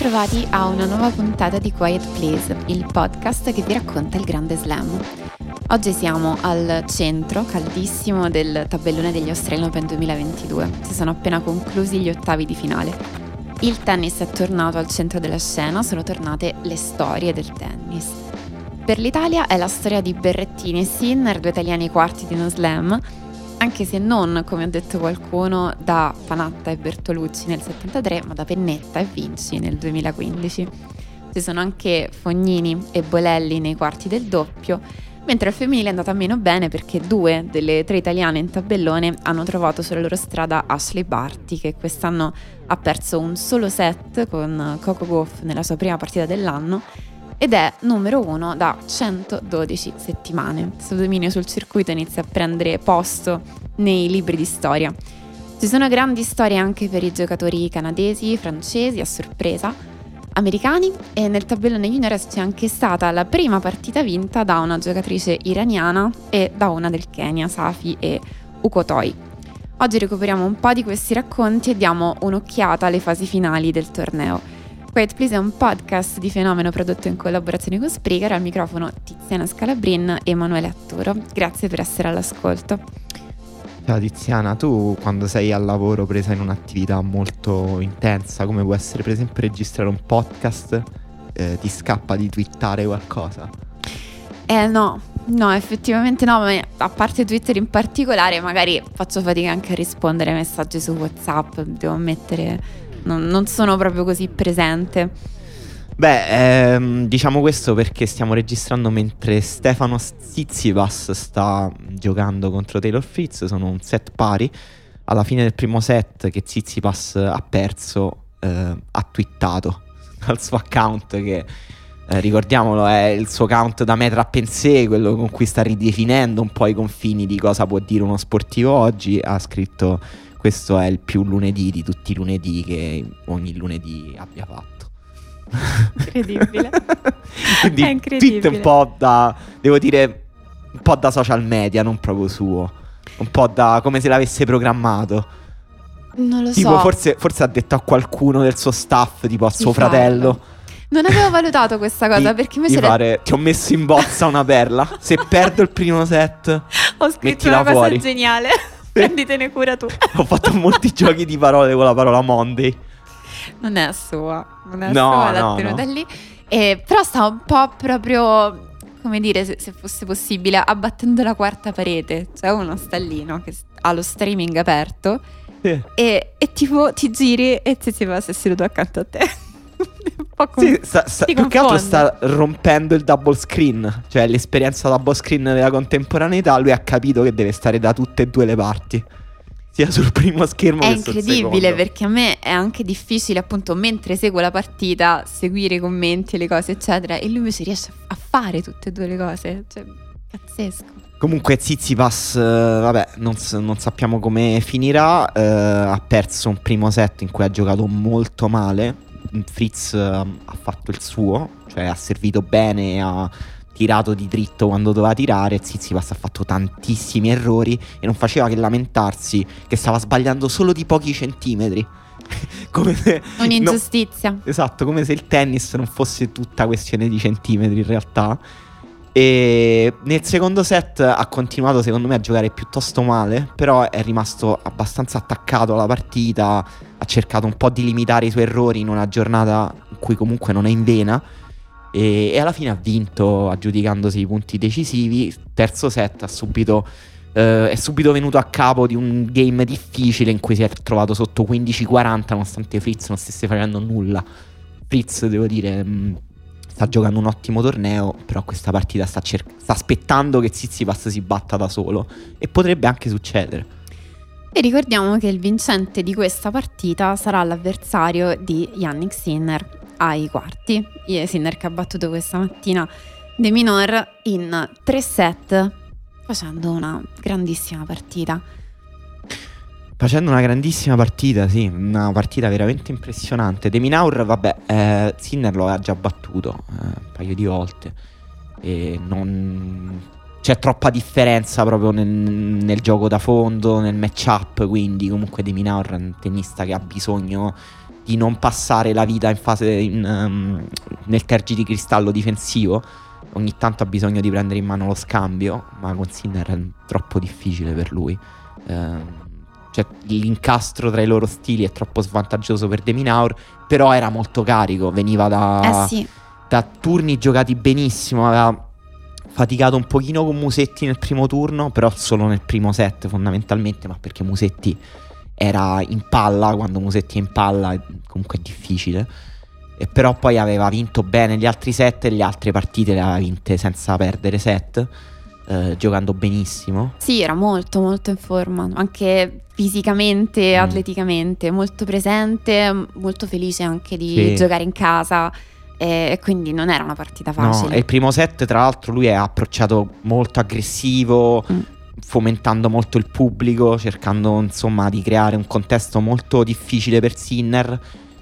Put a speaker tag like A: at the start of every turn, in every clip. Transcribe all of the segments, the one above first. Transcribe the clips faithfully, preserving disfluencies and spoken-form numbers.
A: bentrovati a una nuova puntata di Quiet Please, il podcast che vi racconta il Grande Slam. Oggi siamo al centro, caldissimo, del tabellone degli Australian Open duemilaventidue. Si sono appena conclusi gli ottavi di finale. Il tennis è tornato al centro della scena, sono tornate le storie del tennis. Per l'Italia è la storia di Berrettini e Sinner, due italiani quarti di uno slam, anche se non, come ha detto qualcuno, da Panatta e Bertolucci nel settantatré, ma da Pennetta e Vinci nel duemilaquindici. Ci sono anche Fognini e Bolelli nei quarti del doppio, mentre al femminile è andata meno bene perché due delle tre italiane in tabellone hanno trovato sulla loro strada Ashleigh Barty, che quest'anno ha perso un solo set con Coco Gauff nella sua prima partita dell'anno ed è numero uno da centododici settimane. Il suo dominio sul circuito inizia a prendere posto nei libri di storia. Ci sono grandi storie anche per i giocatori canadesi, francesi, a sorpresa, americani, e nel tabellone juniores c'è anche stata la prima partita vinta da una giocatrice iraniana e da una del Kenya, Safi e Ukotoi. Oggi recuperiamo un po' di questi racconti e diamo un'occhiata alle fasi finali del torneo. Quiet Please è un podcast di Fenomeno prodotto in collaborazione con Spreaker. Al microfono Tiziana Scalabrin e Emanuele Atturo. Grazie per essere all'ascolto.
B: Ciao Tiziana, tu quando sei al lavoro presa in un'attività molto intensa, come può essere per esempio registrare un podcast, eh, ti scappa di twittare qualcosa?
A: Eh no, no, effettivamente no, ma a parte Twitter in particolare magari faccio fatica anche a rispondere ai messaggi su WhatsApp, devo ammettere, non, non sono proprio così presente.
B: Beh, ehm, diciamo questo perché stiamo registrando mentre Stefano Tsitsipas sta giocando contro Taylor Fritz. Sono un set pari. Alla fine del primo set che Tsitsipas ha perso, eh, ha twittato al suo account che, eh, ricordiamolo, è il suo account da Metra Pensée, quello con cui sta ridefinendo un po' i confini di cosa può dire uno sportivo oggi. Ha scritto: questo è il più lunedì di tutti i lunedì che ogni lunedì abbia fatto.
A: Incredibile.
B: Quindi
A: è incredibile.
B: Tweet un po' da, devo dire, un po' da social media, non proprio suo, un po' da come se l'avesse programmato.
A: Non lo
B: tipo,
A: so.
B: forse, forse ha detto a qualcuno del suo staff, tipo a
A: Di
B: suo
A: farlo.
B: fratello.
A: Non avevo valutato questa cosa
B: Di,
A: perché invece
B: di fare, ti ho messo in bozza una perla. Se perdo il primo set,
A: ho scritto
B: mettila
A: una cosa
B: fuori.
A: geniale. Prenditene cura tu.
B: Ho fatto molti giochi di parole con la parola Monday.
A: Non è sua, non è
B: No,
A: sua, l'ha
B: no,
A: tenuta
B: no.
A: lì. E, però sta un po' proprio, come dire, se, se fosse possibile, abbattendo la quarta parete. Cioè uno sta lì, no, che ha lo streaming aperto,
B: Sì.
A: e, e tipo ti giri e ti si va a seduto accanto a te. Un po' com-
B: Sì, sta, sta,
A: ti
B: più che altro
A: confonde.
B: sta rompendo il double screen. Cioè l'esperienza double screen della contemporaneità. Lui ha capito che deve stare da tutte e due le parti, sia sul primo schermo
A: È
B: che sul
A: incredibile
B: secondo.
A: perché a me è anche difficile, appunto, mentre seguo la partita, seguire i commenti e le cose eccetera, e lui invece riesce a fare tutte e due le cose. Cioè, pazzesco.
B: Comunque Tsitsipas, eh, vabbè, non, s- non sappiamo come finirà. eh, Ha perso un primo set in cui ha giocato molto male. Fritz eh, ha fatto il suo, cioè ha servito bene, ha tirato di dritto quando doveva tirare. Tsitsipas ha fatto tantissimi errori e non faceva che lamentarsi che stava sbagliando solo di pochi centimetri. Come se
A: Un'ingiustizia.
B: no, esatto, come se il tennis non fosse tutta questione di centimetri in realtà. E nel secondo set ha continuato secondo me a giocare piuttosto male, però è rimasto abbastanza attaccato alla partita, ha cercato un po' di limitare i suoi errori in una giornata in cui comunque non è in vena, e, e alla fine ha vinto aggiudicandosi i punti decisivi. Terzo set ha subito eh, è subito venuto a capo di un game difficile in cui si è trovato sotto quindici quaranta nonostante Fritz non stesse facendo nulla. Fritz, devo dire, mh, sta giocando un ottimo torneo, però questa partita sta, cer- sta aspettando che Tsitsipas si batta da solo, e potrebbe anche succedere.
A: E ricordiamo che il vincente di questa partita sarà l'avversario di Jannik Sinner ai quarti. Sinner che ha battuto questa mattina De Minaur in tre set, facendo una grandissima partita.
B: Facendo una grandissima partita, sì, una partita veramente impressionante. De Minaur, vabbè, eh, Sinner lo ha già battuto eh, un paio di volte, e non c'è troppa differenza proprio nel, nel gioco da fondo, nel match-up, quindi comunque De Minaur è un tennista che ha bisogno di non passare la vita in fase in, um, nel tergi di cristallo difensivo. Ogni tanto ha bisogno di prendere in mano lo scambio, ma con Sinner è troppo difficile per lui. Uh, cioè l'incastro tra i loro stili è troppo svantaggioso per De Minaur, però era molto carico, veniva da,
A: eh sì.
B: da turni giocati benissimo, aveva faticato un pochino con Musetti nel primo turno, però solo nel primo set fondamentalmente, ma perché Musetti era in palla, quando Musetti è in palla comunque è difficile. E però poi aveva vinto bene gli altri set e le altre partite le aveva vinte senza perdere set, eh, giocando benissimo.
A: Sì, era molto molto in forma, anche fisicamente, mm. atleticamente, molto presente, molto felice anche di sì. giocare in casa. E quindi non era una partita facile.
B: No, e il primo set tra l'altro lui è approcciato molto aggressivo, mm. fomentando molto il pubblico, cercando insomma di creare un contesto molto difficile per Sinner.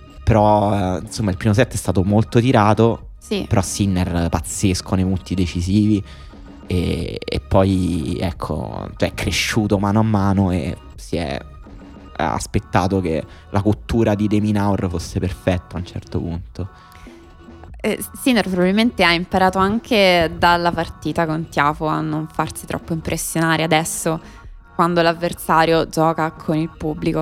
B: Però eh, insomma il primo set è stato molto tirato, sì. Però Sinner pazzesco nei punti decisivi. E, e poi ecco, cioè, è cresciuto mano a mano e si è aspettato che la cottura di De Minaur fosse perfetta a un certo punto.
A: Eh, Sinner probabilmente ha imparato anche dalla partita con Tiafoe a non farsi troppo impressionare adesso quando l'avversario gioca con il pubblico.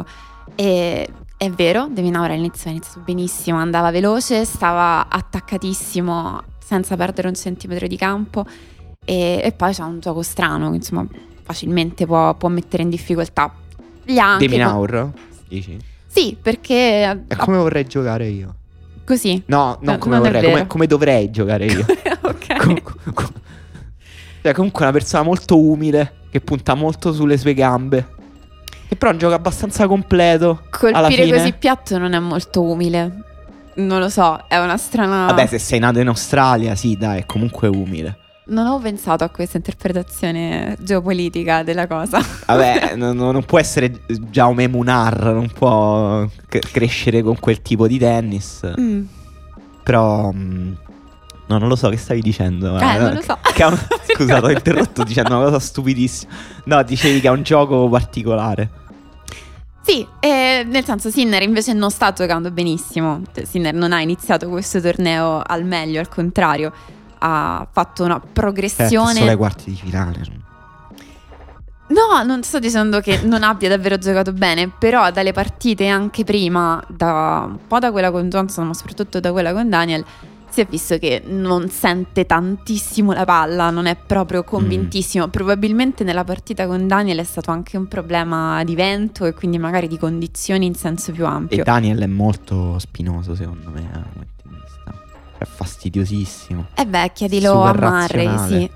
A: E è vero, De Minaur all'inizio ha iniziato benissimo, andava veloce, stava attaccatissimo senza perdere un centimetro di campo e, e poi c'ha un gioco strano che insomma facilmente può, può mettere in difficoltà gli anche.
B: De Minaur? Dici?
A: Sì, perché
B: è come vorrei giocare io.
A: Così?
B: No, non
A: no,
B: come
A: non
B: vorrei, come, come dovrei giocare io.
A: Ok.
B: Com- com- cioè, comunque è una persona molto umile, che punta molto sulle sue gambe, che però è un gioco abbastanza completo.
A: Colpire così piatto non è molto umile. Non lo so, è una strana...
B: Vabbè, se sei nato in Australia, sì, dai, è comunque umile.
A: Non ho pensato a questa interpretazione geopolitica della cosa.
B: Vabbè, non, non può essere Jaume Munar, non può c- crescere con quel tipo di tennis. Mm. Però, mh, no, non lo so, che stavi dicendo?
A: Eh, non lo so.
B: Che un... Scusa, ho interrotto dicendo una cosa stupidissima. No, dicevi che è un gioco particolare.
A: Sì, eh, nel senso Sinner invece non sta giocando benissimo. Cioè, Sinner non ha iniziato questo torneo al meglio, al contrario. Ha fatto una progressione.
B: Solo ai quarti di finale.
A: No, non sto dicendo che non abbia davvero giocato bene, però dalle partite anche prima, da un po' da quella con Johnson, ma soprattutto da quella con Daniel, si è visto che non sente tantissimo la palla, non è proprio convintissimo. Mm. Probabilmente nella partita con Daniel è stato anche un problema di vento e quindi magari di condizioni in senso più ampio.
B: E Daniel è molto spinoso, secondo me, eh. È fastidiosissimo.
A: Eh beh, chiedilo a Murray, sì.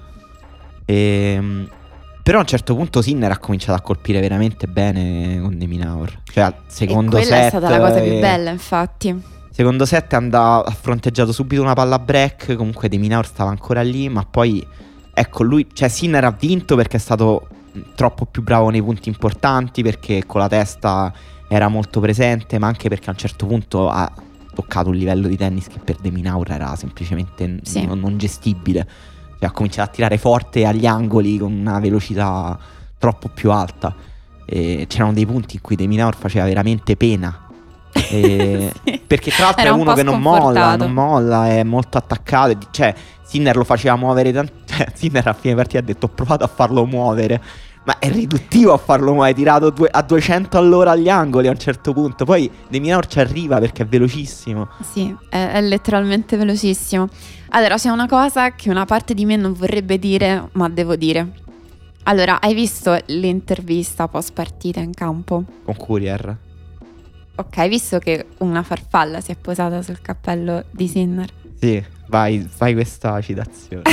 B: E, però a un certo punto Sinner ha cominciato a colpire veramente bene con De Minaur. Cioè al secondo
A: e
B: set
A: quella è stata la cosa più bella, infatti.
B: Secondo set andava, ha fronteggiato subito una palla break. Comunque De Minaur stava ancora lì, ma poi ecco lui, cioè Sinner ha vinto perché è stato troppo più bravo nei punti importanti, perché con la testa era molto presente, ma anche perché a un certo punto ha toccato un livello di tennis che per De Minaur era semplicemente sì. non, non gestibile. Cioè ha cominciato a tirare forte agli angoli con una velocità troppo più alta e c'erano dei punti in cui De Minaur faceva veramente pena. E sì. Perché tra l'altro era è uno che non molla, non molla, è molto attaccato. Cioè Sinner lo faceva muovere tanto. Cioè, Sinner a fine partita ha detto: ho provato a farlo muovere, ma è riduttivo a farlo muovere, tirato due, a duecento all'ora agli angoli a un certo punto. Poi De Minaur ci arriva perché è velocissimo.
A: Sì, è, è letteralmente velocissimo. Allora c'è una cosa che una parte di me non vorrebbe dire, ma devo dire. Allora, hai visto l'intervista post partita in campo?
B: Con Courier.
A: Ok, hai visto che una farfalla si è posata sul cappello di Sinner?
B: Sì, vai, fai questa citazione.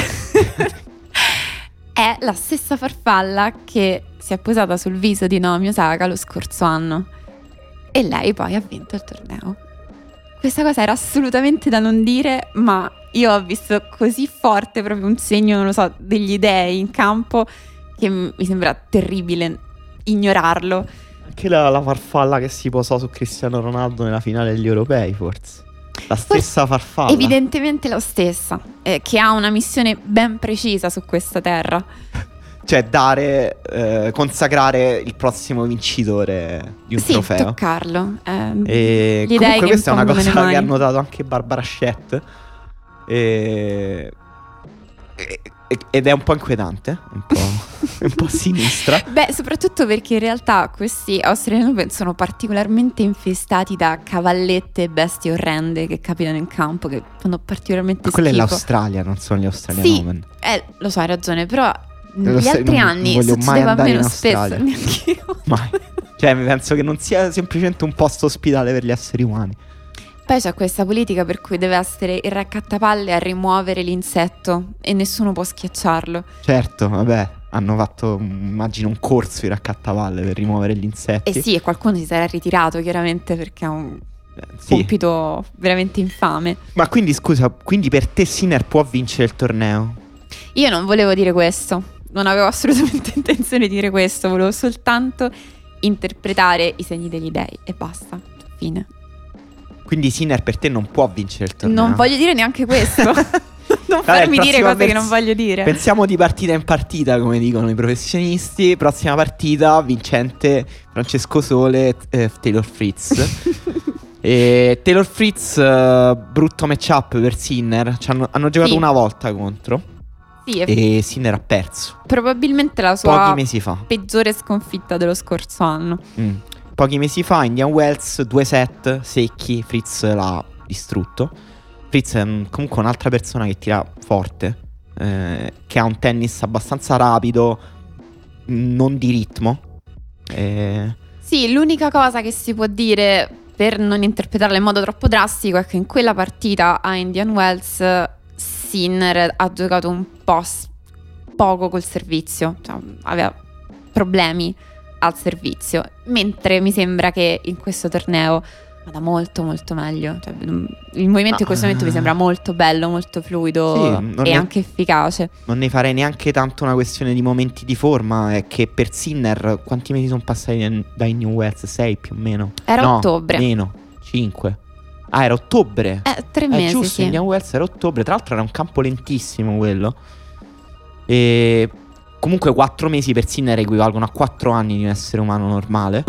A: È la stessa farfalla che si è posata sul viso di Naomi Osaka lo scorso anno. E lei poi ha vinto il torneo. Questa cosa era assolutamente da non dire, ma io ho visto così forte proprio un segno, non lo so, degli dei in campo, che mi sembra terribile ignorarlo.
B: Anche la, la farfalla che si posò su Cristiano Ronaldo nella finale degli europei, forse. La stessa forse, farfalla.
A: Evidentemente la stessa, eh, che ha una missione ben precisa su questa terra.
B: Cioè dare, eh, consacrare il prossimo vincitore di un
A: sì,
B: trofeo.
A: toccarlo. Eh,
B: E
A: l'idea
B: comunque
A: è che
B: questa è una
A: impongono le
B: cosa
A: mani.
B: che ha notato anche Barbara Schett. E... e- ed è un po' inquietante, un po', un po' a sinistra.
A: Beh, soprattutto perché in realtà questi Australian Open sono particolarmente infestati da cavallette e bestie orrende che capitano in campo, che fanno particolarmente
B: Ma quella è
A: schifo.
B: l'Australia, non sono gli Australian
A: Sì,
B: Open.
A: eh, lo so, hai ragione, però
B: Lo
A: negli
B: sai,
A: altri
B: non- non
A: anni
B: voglio mai
A: succedeva
B: andare
A: meno
B: in
A: spesso.
B: Australia.
A: Neanch'io.
B: Mai. Cioè, mi penso che non sia semplicemente un posto ospitale per gli esseri umani.
A: Poi c'è questa politica per cui deve essere il raccattapalle a rimuovere l'insetto e nessuno può schiacciarlo.
B: Certo, vabbè, hanno fatto, immagino, un corso di raccattavalle per rimuovere gli insetti.
A: E sì, e qualcuno si sarà ritirato chiaramente perché è un
B: Eh, sì.
A: compito veramente infame.
B: Ma quindi, scusa, quindi per te Sinner può vincere il torneo?
A: Io non volevo dire questo, non avevo assolutamente intenzione di dire questo, volevo soltanto interpretare i segni degli dei e basta, fine.
B: Quindi Sinner per te non può vincere il torneo?
A: Non voglio dire neanche questo. Non
B: Vabbè,
A: farmi
B: il
A: dire
B: prossimo
A: cose che
B: vers-
A: non voglio dire.
B: Pensiamo di partita in partita, come dicono i professionisti. Prossima partita, vincente Francesco Sole, eh, Taylor Fritz. E Taylor Fritz, eh, brutto matchup per Sinner. Ci hanno, hanno giocato
A: Sì.
B: una volta contro
A: Sì, è
B: e Sinner ha perso
A: probabilmente la sua
B: pochi mesi fa.
A: peggiore sconfitta dello scorso anno.
B: Mm. Pochi mesi fa, Indian Wells, due set secchi, Fritz l'ha distrutto. Fritz è un- comunque un'altra persona che tira forte, eh, che ha un tennis abbastanza rapido, non di ritmo. Eh,
A: Sì, l'unica cosa che si può dire per non interpretarla in modo troppo drastico è che in quella partita a Indian Wells Sinner ha giocato un po' s- poco col servizio, cioè aveva problemi al servizio, mentre mi sembra che in questo torneo vada molto molto meglio, cioè, mm, il movimento in questo
B: Ah.
A: momento mi sembra molto bello, molto fluido
B: Sì, non
A: e
B: è-
A: anche efficace.
B: non ne farei neanche tanto una questione di momenti di forma. È che per Sinner, quanti mesi sono passati da Indian Wells? sei più o meno?
A: Era
B: No,
A: ottobre.
B: meno, cinque. Ah, era ottobre.
A: Eh, tre
B: È
A: mesi,
B: giusto,
A: sì.
B: Indian Wells era ottobre. Tra l'altro era un campo lentissimo quello. E comunque quattro mesi per Sinner equivalgono a quattro anni di un essere umano normale.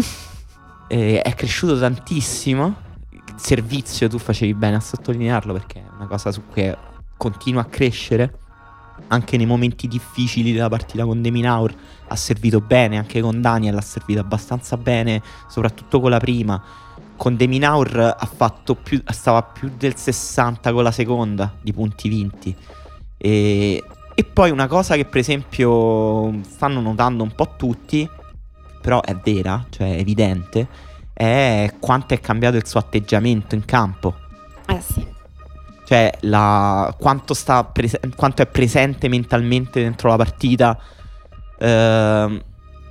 B: E è cresciuto tantissimo. Il servizio, tu facevi bene a sottolinearlo, perché è una cosa su cui continua a crescere. Anche nei momenti difficili della partita con De Minaur ha servito bene, anche con Daniel ha servito abbastanza bene, soprattutto con la prima. Con De Minaur ha fatto più, stava più del sessanta con la seconda di punti vinti. E, e poi una cosa che per esempio stanno notando un po' tutti, però è vera, cioè è evidente, è quanto è cambiato il suo atteggiamento in campo.
A: Eh sì.
B: Cioè la, quanto, sta prese- quanto è presente mentalmente dentro la partita, ehm,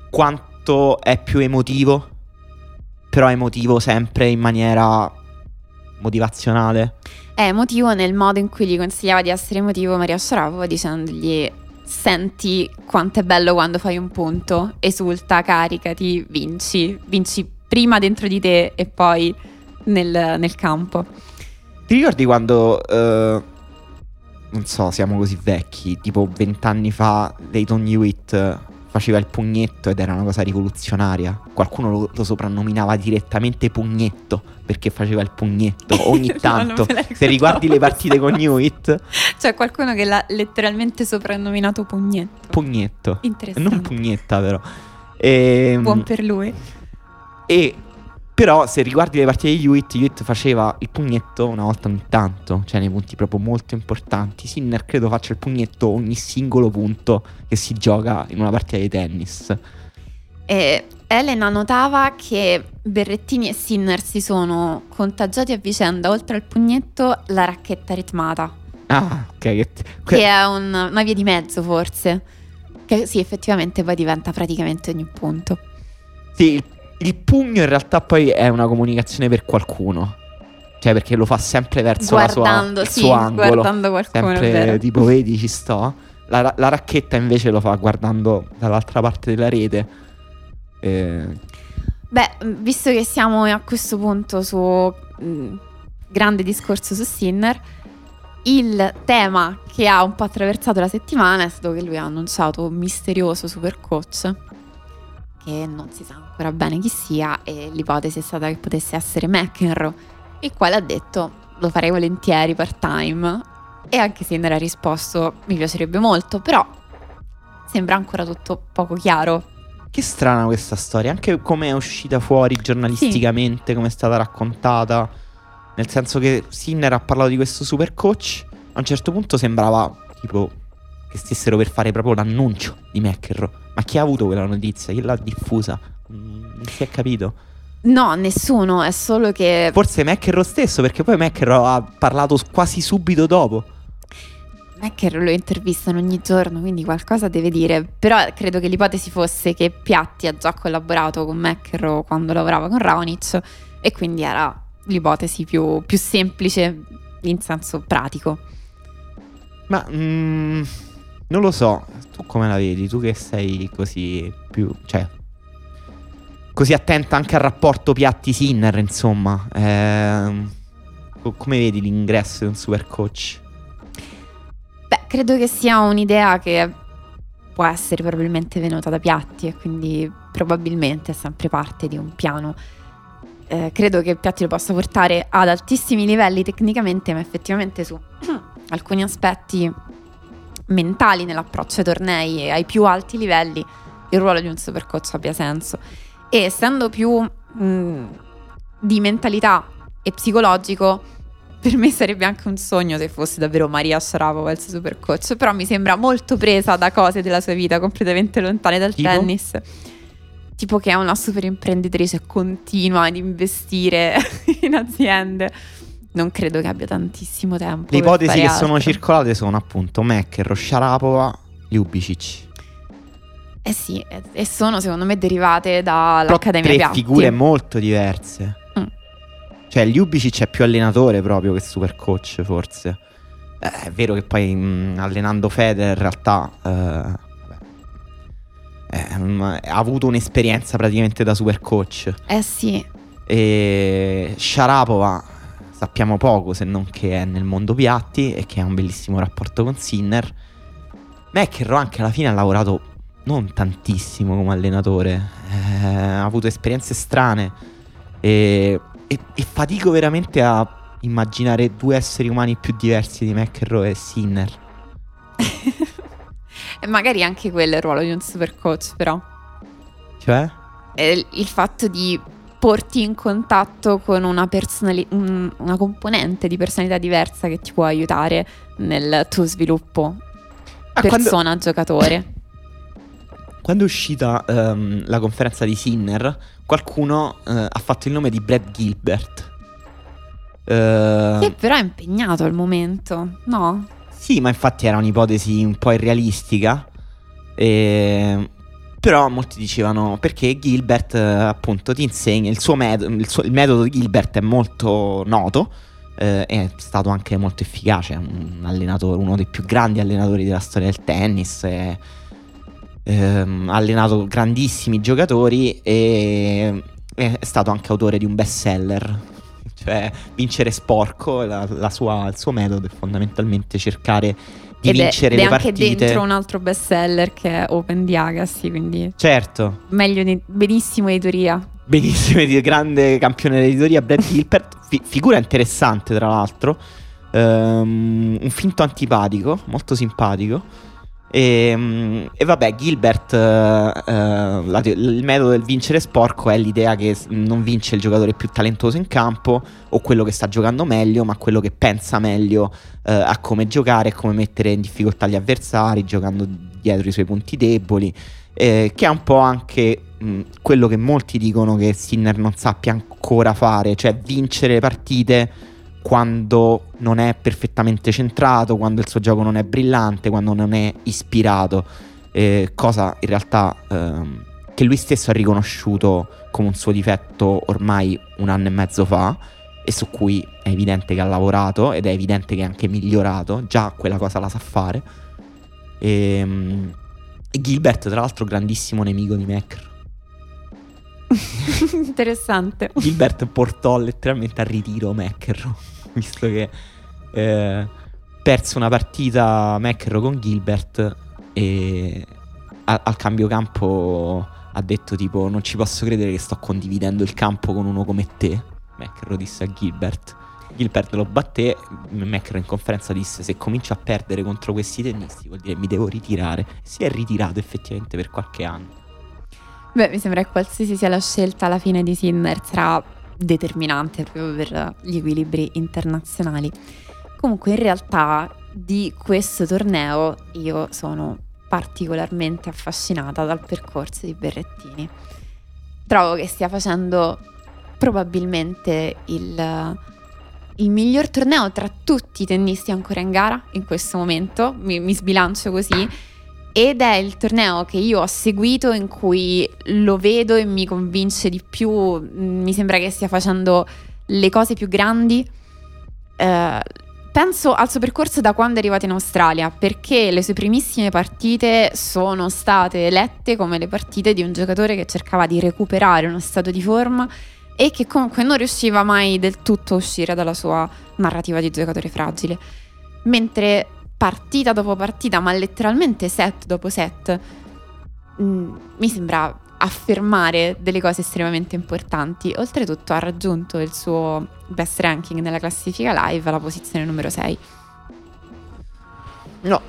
B: quanto è più emotivo, però emotivo sempre in maniera motivazionale.
A: È emotivo nel modo in cui gli consigliava di essere emotivo Maria Sharapova, dicendogli: senti quanto è bello quando fai un punto, esulta, caricati, vinci, vinci prima dentro di te e poi nel, nel campo.
B: Ti ricordi quando, eh, non so, siamo così vecchi, tipo vent'anni fa Leighton Hewitt faceva il pugnetto ed era una cosa rivoluzionaria. Qualcuno lo, lo soprannominava direttamente pugnetto perché faceva il pugnetto ogni
A: No,
B: tanto.
A: non me la
B: Se riguardi le
A: ricordavo
B: partite con
A: questa
B: Hewitt,
A: C'è qualcuno che l'ha letteralmente soprannominato pugnetto.
B: pugnetto,
A: Interessante.
B: non pugnetta però. E,
A: Buon per lui.
B: e però se riguardi le partite di Hewitt, Hewitt faceva il pugnetto una volta ogni tanto, cioè nei punti proprio molto importanti. Sinner credo faccia il pugnetto ogni singolo punto che si gioca in una partita di tennis.
A: E Elena notava che Berrettini e Sinner si sono contagiati a vicenda, oltre al pugnetto, la racchetta ritmata,
B: Ah, ok. Che, que-
A: che è un- una via di mezzo forse, che sì, effettivamente poi diventa praticamente ogni punto.
B: sì, il, il pugno in realtà poi è una comunicazione per qualcuno. Cioè perché lo fa sempre verso
A: Guardando,
B: la sua, il
A: sì,
B: suo angolo.
A: guardando qualcuno, è
B: Sempre
A: vero.
B: tipo vedi ci sto. La, ra- la racchetta invece lo fa guardando dall'altra parte della rete. Eh,
A: Beh, visto che siamo a questo punto su mh, grande discorso su Sinner, il tema che ha un po' attraversato la settimana è stato che lui ha annunciato un misterioso super coach che non si sa ancora bene chi sia, e l'ipotesi è stata che potesse essere McEnroe, il quale ha detto lo farei volentieri part time, e anche Sinner ha risposto mi piacerebbe molto, però sembra ancora tutto poco chiaro.
B: Che strana questa storia, anche come è uscita fuori giornalisticamente, sì. Come è stata raccontata, nel senso che Sinner ha parlato di questo super coach, a un certo punto sembrava tipo che stessero per fare proprio l'annuncio di McEnroe. Ma chi ha avuto quella notizia? Chi l'ha diffusa? Non si è capito.
A: No, nessuno, è solo che
B: forse McEnroe stesso, perché poi McEnroe ha parlato quasi subito dopo.
A: McEnroe lo intervistano ogni giorno, quindi qualcosa deve dire. Però credo che l'ipotesi fosse che Piatti ha già collaborato con McEnroe quando lavorava con Raonic, e quindi era l'ipotesi più, più semplice in senso pratico.
B: Ma mm, non lo so, tu come la vedi? Tu che sei così più, cioè così attenta anche al rapporto Piatti-Sinner, insomma, eh, come vedi l'ingresso di un super coach?
A: Beh, credo che sia un'idea che può essere probabilmente venuta da Piatti, e quindi probabilmente è sempre parte di un piano. Eh, credo che Piatti lo possa portare ad altissimi livelli tecnicamente, ma effettivamente su alcuni aspetti mentali nell'approccio ai tornei e ai più alti livelli il ruolo di un super coach abbia senso. E essendo più mh, di mentalità e psicologico, per me sarebbe anche un sogno se fosse davvero Maria Sharapova il suo super coach, però mi sembra molto presa da cose della sua vita completamente lontane dal
B: tipo?
A: tennis. Tipo che è una super imprenditrice e continua ad investire in aziende. Non credo che abbia tantissimo tempo.
B: Le ipotesi che
A: altro.
B: sono circolate sono appunto McEnroe, Sharapova, Ljubicic.
A: Eh sì, e sono secondo me derivate dall'Accademia
B: Piatti.
A: Piatti.
B: Tre figure molto diverse. Mm. Cioè Ljubicic è più allenatore proprio che super coach, forse. Eh, è vero che poi mh, allenando Federer in realtà eh, eh, mh, ha avuto un'esperienza praticamente da super coach.
A: Eh sì.
B: E Sharapova sappiamo poco, se non che è nel mondo Piatti e che ha un bellissimo rapporto con Sinner. McEnroe anche alla fine ha lavorato non tantissimo come allenatore, eh, ha avuto esperienze strane e, e, e fatico veramente a immaginare due esseri umani più diversi di McEnroe e Sinner.
A: E magari anche quello è il ruolo di un super coach, però.
B: Cioè?
A: È il fatto di porti in contatto con una, personali- un, una componente di personalità diversa che ti può aiutare nel tuo sviluppo
B: ah,
A: persona-giocatore.
B: Quando... Quando è uscita um, la conferenza di Sinner, qualcuno uh, ha fatto il nome di Brad Gilbert. Uh,
A: che però è impegnato al momento, no?
B: Sì, ma infatti era un'ipotesi un po' irrealistica. E... Però molti dicevano perché Gilbert uh, appunto ti insegna il suo, met- il suo il metodo di Gilbert è molto noto, uh, è stato anche molto efficace, è un allenatore, uno dei più grandi allenatori della storia del tennis. E... Ehm, ha allenato grandissimi giocatori e è stato anche autore di un bestseller, cioè Vincere sporco. La, la sua, il suo metodo è fondamentalmente cercare di
A: ed
B: vincere
A: è,
B: le
A: ed è
B: partite.
A: anche dentro un altro bestseller che è Open di Agassi, quindi
B: certo,
A: meglio di, benissimo editoria.
B: Benissimo, di grande campione dell'editoria Brad Gilbert, fi, figura interessante tra l'altro, um, un finto antipatico, molto simpatico. E, e vabbè, Gilbert, uh, uh, la, il metodo del vincere sporco è l'idea che non vince il giocatore più talentuoso in campo o quello che sta giocando meglio, ma quello che pensa meglio uh, a come giocare e come mettere in difficoltà gli avversari, giocando dietro i suoi punti deboli, eh, che è un po' anche mh, quello che molti dicono che Sinner non sappia ancora fare, cioè vincere le partite quando non è perfettamente centrato, quando il suo gioco non è brillante, quando non è ispirato, eh, cosa in realtà ehm, che lui stesso ha riconosciuto come un suo difetto ormai un anno e mezzo fa, e su cui è evidente che ha lavorato ed è evidente che è anche migliorato, già quella cosa la sa fare. E, e Gilbert tra l'altro grandissimo nemico di McEnroe.
A: Interessante.
B: Gilbert portò letteralmente a ritiro McEnroe, visto che eh, perso una partita McEnroe con Gilbert e a- al cambio campo ha detto tipo non ci posso credere che sto condividendo il campo con uno come te. McEnroe disse a Gilbert. Gilbert lo batté. McEnroe in conferenza disse se comincio a perdere contro questi tennisti vuol dire mi devo ritirare. Si è ritirato effettivamente per qualche anno.
A: Beh, mi sembra che qualsiasi sia la scelta alla fine di Sinner sarà determinante proprio per gli equilibri internazionali. Comunque in realtà di questo torneo io sono particolarmente affascinata dal percorso di Berrettini. Trovo che stia facendo probabilmente il, il miglior torneo tra tutti i tennisti ancora in gara in questo momento, mi, mi sbilancio così, ed è il torneo che io ho seguito in cui lo vedo e mi convince di più, mi sembra che stia facendo le cose più grandi. Eh, penso al suo percorso da quando è arrivato in Australia, perché le sue primissime partite sono state elette come le partite di un giocatore che cercava di recuperare uno stato di forma e che comunque non riusciva mai del tutto a uscire dalla sua narrativa di giocatore fragile. Mentre partita dopo partita, ma letteralmente set dopo set, mh, mi sembra affermare delle cose estremamente importanti. Oltretutto ha raggiunto il suo best ranking nella classifica live alla posizione numero sei.
B: No.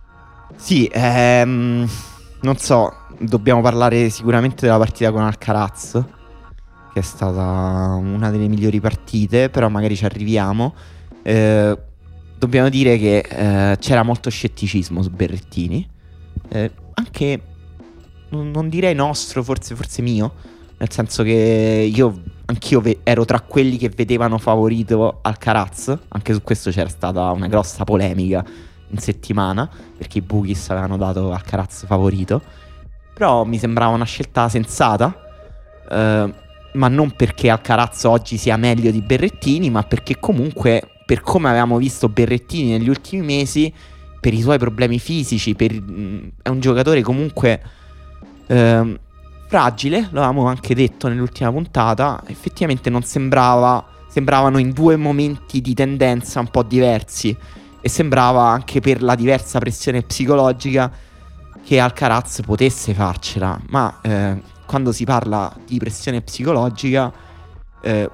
B: Sì, ehm, non so, dobbiamo parlare sicuramente della partita con Alcaraz, che è stata una delle migliori partite, però magari ci arriviamo. Eh, dobbiamo dire che eh, c'era molto scetticismo su Berrettini, eh, anche non direi nostro, forse, forse mio, nel senso che io anch'io ve- ero tra quelli che vedevano favorito Alcaraz. Anche su questo c'era stata una grossa polemica in settimana, perché i bookies avevano dato Alcaraz favorito, però mi sembrava una scelta sensata, eh, ma non perché Alcaraz oggi sia meglio di Berrettini, ma perché comunque per come avevamo visto Berrettini negli ultimi mesi, per i suoi problemi fisici, per, mh, è un giocatore comunque Ehm, fragile, lo avevamo anche detto nell'ultima puntata. Effettivamente non sembrava, sembravano in due momenti di tendenza un po' diversi, e sembrava anche per la diversa pressione psicologica che Alcaraz potesse farcela. Ma eh, quando si parla di pressione psicologica eh,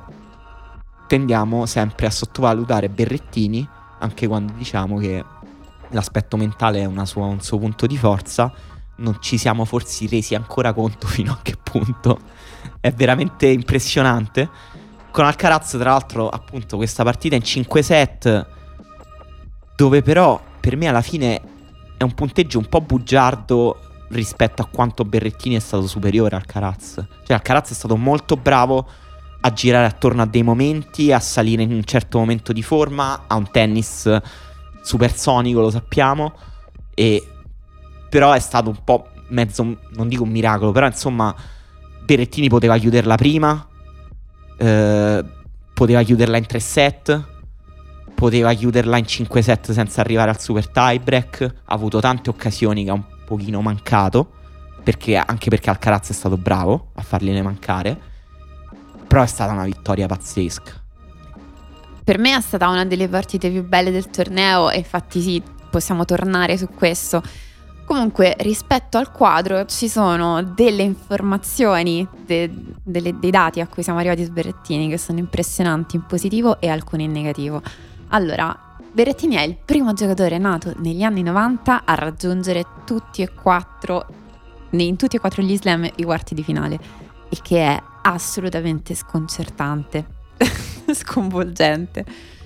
B: tendiamo sempre a sottovalutare Berrettini, anche quando diciamo che l'aspetto mentale è una sua, un suo punto di forza. Non ci siamo forse resi ancora conto fino a che punto è veramente impressionante. Con Alcaraz, tra l'altro, appunto, questa partita in cinque set, dove però per me alla fine è un punteggio un po' bugiardo rispetto a quanto Berrettini è stato superiore a Alcaraz. Cioè Alcaraz è stato molto bravo a girare attorno a dei momenti, a salire in un certo momento di forma, ha un tennis supersonico, lo sappiamo, e però è stato un po' mezzo, non dico un miracolo, però insomma Berrettini poteva chiuderla prima, eh, poteva chiuderla in tre set, poteva chiuderla in cinque set senza arrivare al super tiebreak. Ha avuto tante occasioni che ha un pochino mancato, perché, anche perché Alcaraz è stato bravo a fargliene mancare. Però è stata una vittoria pazzesca.
A: Per me è stata una delle partite più belle del torneo, e infatti sì, possiamo tornare su questo. Comunque, rispetto al quadro ci sono delle informazioni, de, delle, dei dati a cui siamo arrivati su Berrettini che sono impressionanti in positivo e alcuni in negativo. Allora, Berrettini è il primo giocatore nato negli anni novanta a raggiungere tutti e quattro, in tutti e quattro gli slam, i quarti di finale, il che è assolutamente sconcertante, sconvolgente.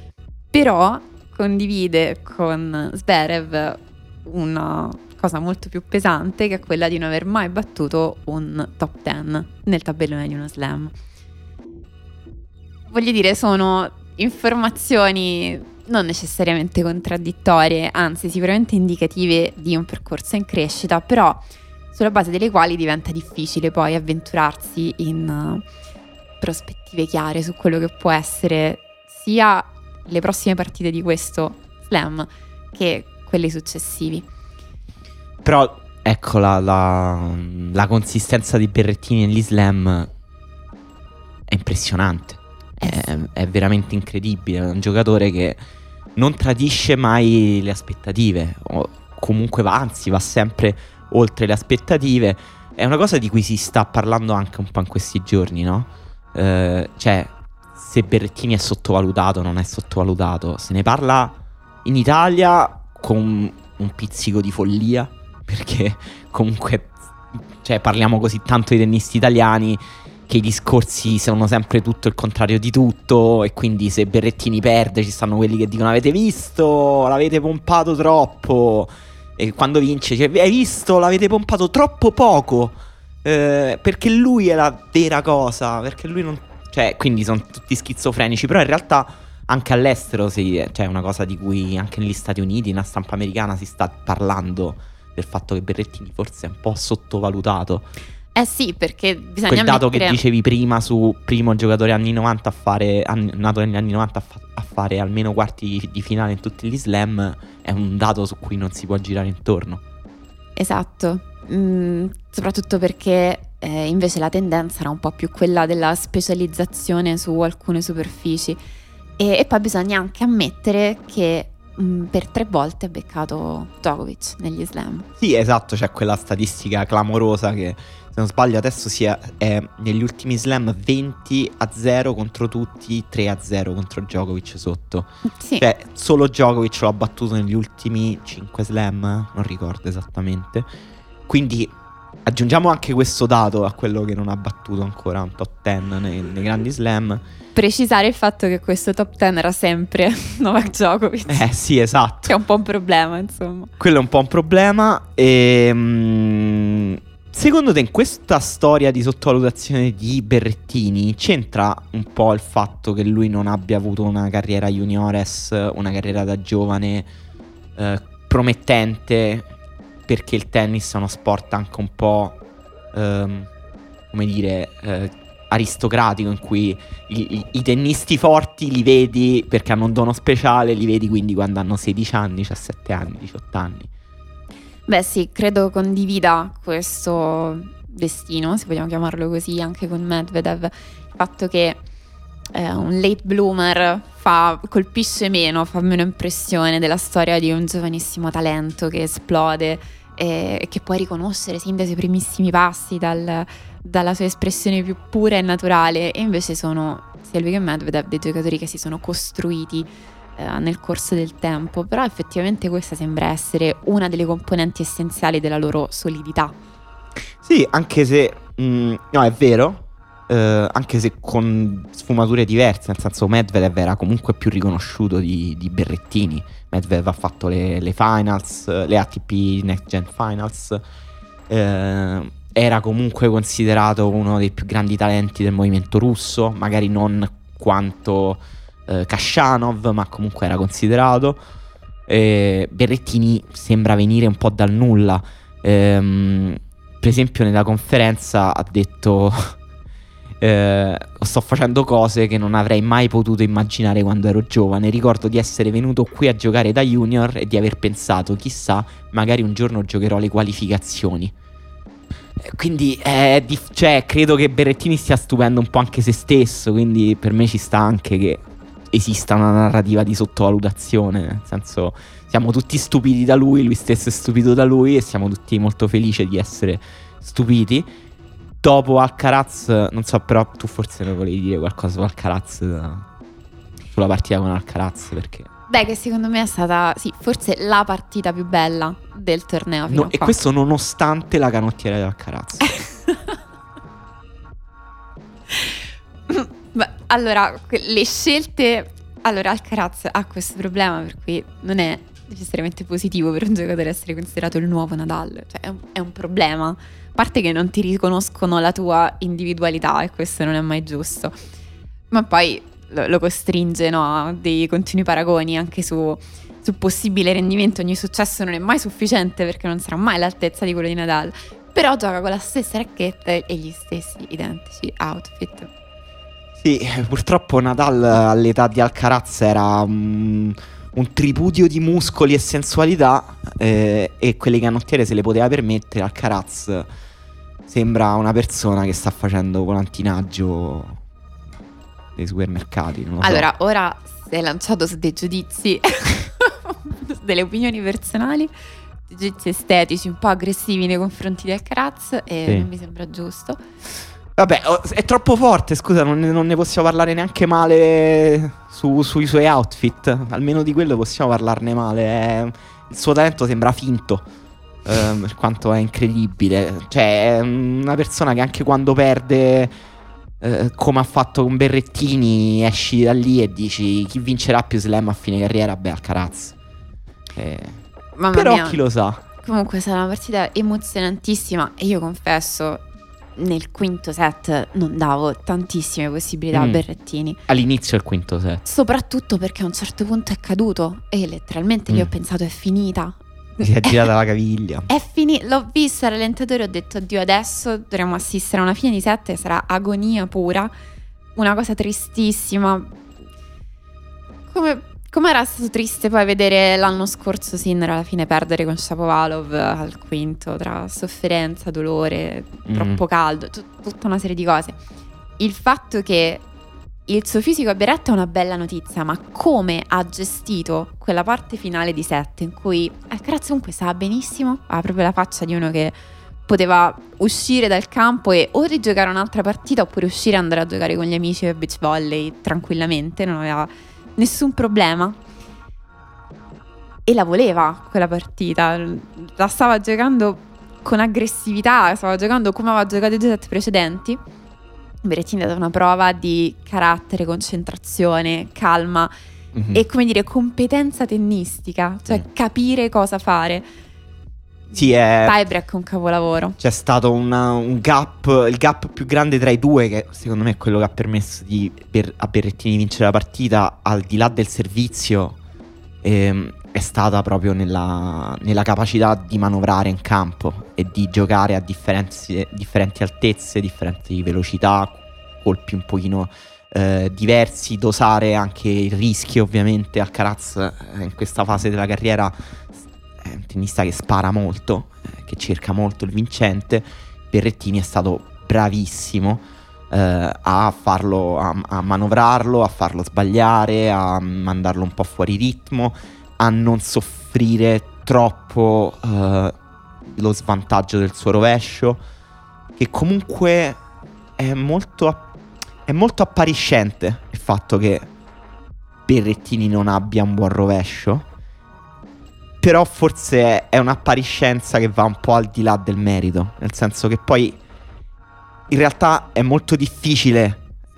A: Però condivide con Zverev una cosa molto più pesante, che è quella di non aver mai battuto un top dieci nel tabellone di uno slam. Voglio dire, sono informazioni non necessariamente contraddittorie, anzi sicuramente indicative di un percorso in crescita, però sulla base delle quali diventa difficile poi avventurarsi in uh, prospettive chiare su quello che può essere sia le prossime partite di questo slam che quelli successivi.
B: Però ecco la, la, la consistenza di Berrettini negli slam è impressionante, è, è veramente incredibile. È un giocatore che non tradisce mai le aspettative, o comunque va, anzi va sempre oltre le aspettative. È una cosa di cui si sta parlando anche un po' in questi giorni, no? Eh, cioè, se Berrettini è sottovalutato, non è sottovalutato. Se ne parla in Italia con un pizzico di follia, perché comunque, cioè, parliamo così tanto di tennisti italiani che i discorsi sono sempre tutto il contrario di tutto, e quindi se Berrettini perde ci stanno quelli che dicono avete visto, l'avete pompato troppo, e quando vince cioè, hai visto, l'avete pompato troppo poco, eh, perché lui è la vera cosa, perché lui non... Cioè, quindi sono tutti schizofrenici, però in realtà anche all'estero sì, cioè è una cosa di cui anche negli Stati Uniti, nella stampa americana si sta parlando del fatto che Berrettini forse è un po' sottovalutato.
A: Eh sì, perché bisogna
B: Quel dato
A: mettere...
B: che dicevi prima su primo giocatore anni novanta a fare anni, nato negli anni novanta a, fa, a fare almeno quarti di, di finale in tutti gli slam è un dato su cui non si può girare intorno.
A: Esatto, mm, soprattutto perché eh, invece la tendenza era un po' più quella della specializzazione su alcune superfici, e, e poi bisogna anche ammettere che mh, per tre volte ha beccato Djokovic negli slam.
B: Sì, esatto, c'è quella statistica clamorosa che, se non sbaglio, adesso sia, è negli ultimi slam venti a zero contro tutti, tre a zero contro Djokovic sotto.
A: Sì.
B: Cioè, solo Djokovic l'ha battuto negli ultimi cinque slam, non ricordo esattamente. Quindi aggiungiamo anche questo dato a quello che non ha battuto ancora un top dieci nei, nei grandi slam.
A: Precisare il fatto che questo top dieci era sempre Novak Djokovic.
B: Eh sì, esatto.
A: Che è un po' un problema, insomma.
B: Quello è un po' un problema. E... Mm, secondo te in questa storia di sottovalutazione di Berrettini c'entra un po' il fatto che lui non abbia avuto una carriera juniores, una carriera da giovane eh, promettente, perché il tennis è uno sport anche un po' ehm, come dire eh, aristocratico, in cui i, i, i tennisti forti li vedi perché hanno un dono speciale, li vedi quindi quando hanno sedici anni, diciassette anni, diciotto anni.
A: Beh sì, credo condivida questo destino, se vogliamo chiamarlo così, anche con Medvedev. Il fatto che eh, un late bloomer fa, colpisce meno, fa meno impressione della storia di un giovanissimo talento che esplode e, e che puoi riconoscere sin dai suoi primissimi passi, dal, dalla sua espressione più pura e naturale. E invece sono sia lui che Medvedev dei giocatori che si sono costruiti nel corso del tempo, però effettivamente questa sembra essere una delle componenti essenziali della loro solidità.
B: Sì, anche se mh, no, è vero, eh, anche se con sfumature diverse, nel senso Medvedev era comunque più riconosciuto di, di Berrettini. Medvedev ha fatto le, le finals, le A T P Next Gen Finals, eh, era comunque considerato uno dei più grandi talenti del movimento russo, magari non quanto Khachanov, ma comunque era considerato. eh, Berrettini sembra venire un po' dal nulla. ehm, per esempio nella conferenza ha detto eh, sto facendo cose che non avrei mai potuto immaginare quando ero giovane. Ricordo di essere venuto qui a giocare da junior e di aver pensato chissà, magari un giorno giocherò le qualificazioni. Quindi è dif- cioè, credo che Berrettini stia stupendo un po' anche se stesso, quindi per me ci sta anche che esista una narrativa di sottovalutazione, nel senso siamo tutti stupiti da lui, lui stesso è stupito da lui e siamo tutti molto felici di essere stupiti. Dopo Alcaraz, non so, però tu forse ne volevi dire qualcosa su Alcaraz, sulla partita con Alcaraz, perché...
A: Beh, che secondo me è stata, sì, forse la partita più bella del torneo fino
B: no,
A: a
B: e
A: qua.
B: questo nonostante la canottiera di Alcaraz.
A: Beh, allora, le scelte... Allora, Alcaraz ha questo problema per cui non è necessariamente positivo per un giocatore essere considerato il nuovo Nadal. Cioè, è un, è un problema. A parte che non ti riconoscono la tua individualità e questo non è mai giusto. Ma poi lo, lo costringe, no, a dei continui paragoni anche su, su possibile rendimento. Ogni successo non è mai sufficiente perché non sarà mai all'altezza di quello di Nadal. Però gioca con la stessa racchetta e gli stessi identici outfit.
B: Sì, purtroppo Nadal all'età di Alcaraz era um, un tripudio di muscoli e sensualità, eh, e quelle canottiere se le poteva permettere. Alcaraz sembra una persona che sta facendo volantinaggio dei supermercati, non lo
A: Allora,
B: so.
A: ora si è lanciato su dei giudizi, delle opinioni personali, giudizi estetici un po' aggressivi nei confronti di Alcaraz, e
B: Sì.
A: non mi sembra giusto.
B: Vabbè, oh, è troppo forte, scusa, non ne, non ne possiamo parlare neanche male su- sui suoi outfit. Almeno di quello possiamo parlarne male. È- il suo talento sembra finto, ehm, per quanto è incredibile. Cioè, è una persona che anche quando perde, eh, come ha fatto con Berrettini, esci da lì e dici chi vincerà più slam a fine carriera? Beh, Alcaraz. Eh,
A: Mamma
B: però
A: mia.
B: chi lo sa.
A: Comunque sarà una partita emozionantissima, e io confesso, nel quinto set non davo tantissime possibilità a
B: Mm.
A: Berrettini.
B: All'inizio del quinto set.
A: Soprattutto perché a un certo punto è caduto e letteralmente
B: Mm.
A: lì ho pensato è finita.
B: Si è girata la caviglia.
A: È finita, l'ho vista rallentatore, ho detto oddio, adesso dovremo assistere a una fine di set e sarà agonia pura, una cosa tristissima. Come come era stato triste poi vedere l'anno scorso Sinner alla fine perdere con Shapovalov al quinto, tra sofferenza, dolore,
B: Mm.
A: troppo caldo, tut- tutta una serie di cose. Il fatto che il suo fisico abbia retto è una bella notizia, ma come ha gestito quella parte finale di set in cui Alcaraz comunque stava benissimo, ha proprio la faccia di uno che poteva uscire dal campo e o rigiocare un'altra partita oppure uscire e andare a giocare con gli amici a beach volley tranquillamente, non aveva nessun problema, e la voleva quella partita, la stava giocando con aggressività, stava giocando come aveva giocato i due set precedenti. Berrettini ha dato una prova di carattere, concentrazione, calma
B: Mhm.
A: e, come dire, competenza tennistica, cioè
B: Mm.
A: capire cosa fare.
B: Sì, è...
A: Tiebreak è un capolavoro.
B: C'è stato una- un gap, il gap più grande tra i due, che secondo me è quello che ha permesso di, per- a Berrettini vincere la partita, al di là del servizio, ehm, è stata proprio nella, nella capacità di manovrare in campo e di giocare a differenze- differenti altezze, differenti velocità, colpi un pochino eh, diversi, dosare anche il rischio. Ovviamente Alcaraz eh, in questa fase della carriera è un tennista che spara molto, eh, che cerca molto il vincente. Berrettini è stato bravissimo eh, a farlo, a, a manovrarlo, a farlo sbagliare, a mandarlo un po' fuori ritmo, a non soffrire troppo eh, lo svantaggio del suo rovescio, che comunque è molto, app- è molto appariscente il fatto che Berrettini non abbia un buon rovescio. Però forse è un'appariscenza che va un po' al di là del merito, nel senso che poi in realtà è molto difficile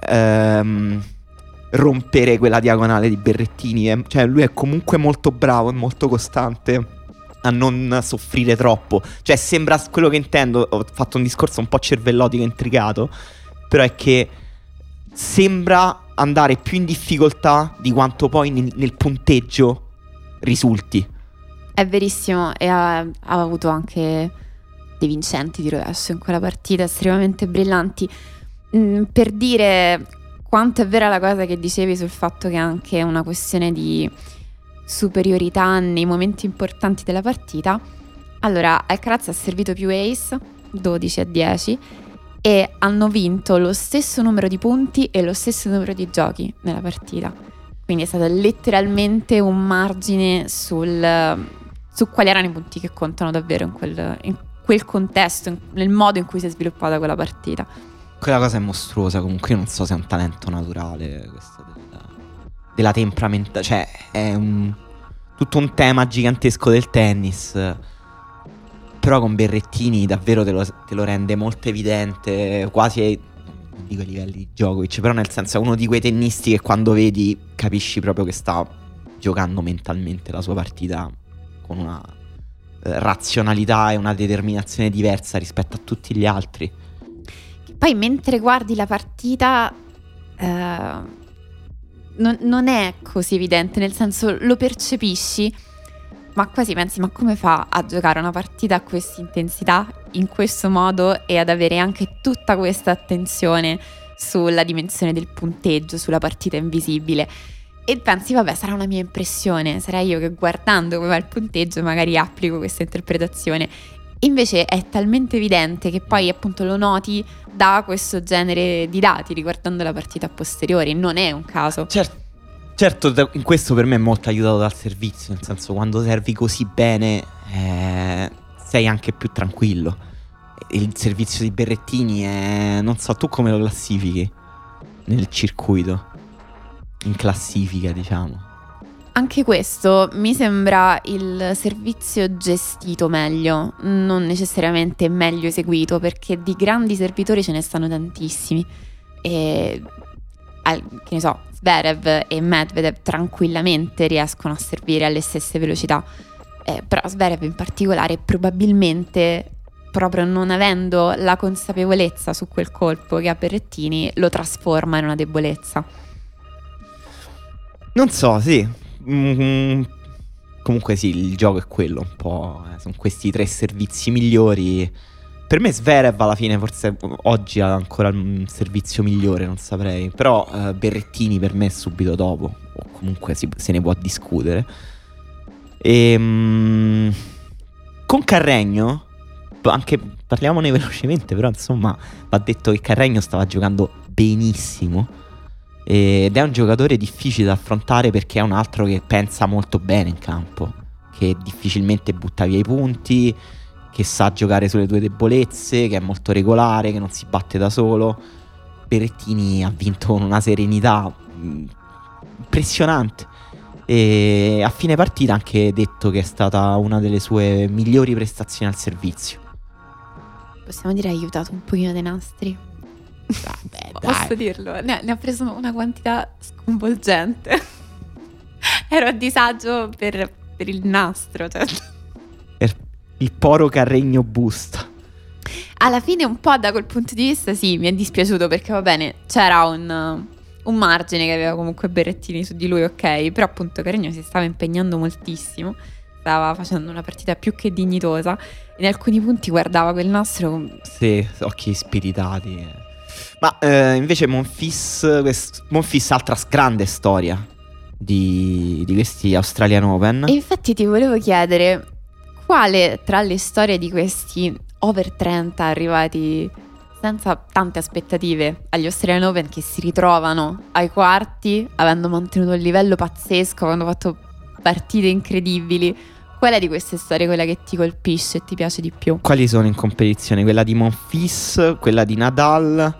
B: ehm, rompere quella diagonale di Berrettini. eh. Cioè lui è comunque molto bravo e molto costante a non soffrire troppo. Cioè sembra, quello che intendo, ho fatto un discorso un po' cervellotico e intricato, però è che sembra andare più in difficoltà di quanto poi nel, nel punteggio risulti.
A: È verissimo, e ha, ha avuto anche dei vincenti di rovescio in quella partita estremamente brillanti. Mm, per dire quanto è vera la cosa che dicevi sul fatto che è anche una questione di superiorità nei momenti importanti della partita, allora Alcaraz ha servito più ace, dodici a dieci, e hanno vinto lo stesso numero di punti e lo stesso numero di giochi nella partita. Quindi è stato letteralmente un margine sul, su quali erano i punti che contano davvero in quel, in quel contesto, in- nel modo in cui si è sviluppata quella partita.
B: Quella cosa è mostruosa. Comunque io non so se è un talento naturale questo della, della temperamenta. Cioè è un, tutto un tema gigantesco del tennis. Però con Berrettini davvero te lo, te lo rende molto evidente, quasi ai, non dico ai livelli di Djokovic, però nel senso è uno di quei tennisti che quando vedi capisci proprio che sta giocando mentalmente la sua partita con una eh, razionalità e una determinazione diversa rispetto a tutti gli altri.
A: Poi mentre guardi la partita eh, non, non è così evidente, nel senso lo percepisci, ma quasi pensi, ma come fa a giocare una partita a questa intensità, in questo modo, e ad avere anche tutta questa attenzione sulla dimensione del punteggio, sulla partita invisibile? E pensi, vabbè, sarà una mia impressione, sarà io che guardando come va il punteggio magari applico questa interpretazione. Invece è talmente evidente che poi appunto lo noti da questo genere di dati riguardando la partita a posteriori, non è un caso.
B: Certo, certo, in questo per me è molto aiutato dal servizio, nel senso quando servi così bene eh, sei anche più tranquillo. Il servizio di Berrettini è, non so, tu come lo classifichi nel circuito, in classifica diciamo?
A: Anche questo mi sembra il servizio gestito meglio, non necessariamente meglio eseguito, perché di grandi servitori ce ne stanno tantissimi. E al, che ne so, Zverev e Medvedev tranquillamente riescono a servire alle stesse velocità. Eh, però Zverev in particolare probabilmente, proprio non avendo la consapevolezza su quel colpo che ha Berrettini, lo trasforma in una debolezza.
B: Non so, sì. Mm, comunque sì, il gioco è quello un po', eh, sono questi tre servizi migliori. Per me Zverev alla fine forse oggi ha ancora un servizio migliore, non saprei. Però eh, Berrettini per me è subito dopo, o comunque si, se ne può discutere. E, mm, con Carreño, anche parliamone velocemente, però insomma va detto che Carreño stava giocando benissimo. Ed è un giocatore difficile da affrontare perché è un altro che pensa molto bene in campo, che difficilmente butta via i punti, che sa giocare sulle tue debolezze, che è molto regolare, che non si batte da solo. Berrettini ha vinto con una serenità impressionante e a fine partita ha anche detto che è stata una delle sue migliori prestazioni al servizio.
A: Possiamo dire ha aiutato un pochino dei nastri.
B: Vabbè,
A: Posso
B: dai.
A: dirlo? Ne, ne ha preso una quantità sconvolgente. Ero a disagio per, per il nastro, cioè.
B: Per il poro Carreño busta.
A: Alla fine un po' da quel punto di vista sì, mi è dispiaciuto perché va bene, c'era un, un margine che aveva comunque Berrettini su di lui, ok, però appunto Carreño si stava impegnando moltissimo, stava facendo una partita più che dignitosa e in alcuni punti guardava quel nastro con...
B: Sì, occhi spiritati. Ma eh, invece Monfils, quest... Monfils altra grande storia di, di questi Australian Open.
A: E infatti ti volevo chiedere quale tra le storie di questi over trenta arrivati senza tante aspettative agli Australian Open, che si ritrovano ai quarti avendo mantenuto un livello pazzesco, avendo fatto partite incredibili, qual è di queste storie quella che ti colpisce e ti piace di più?
B: Quali sono in competizione? Quella di Monfils, quella di Nadal,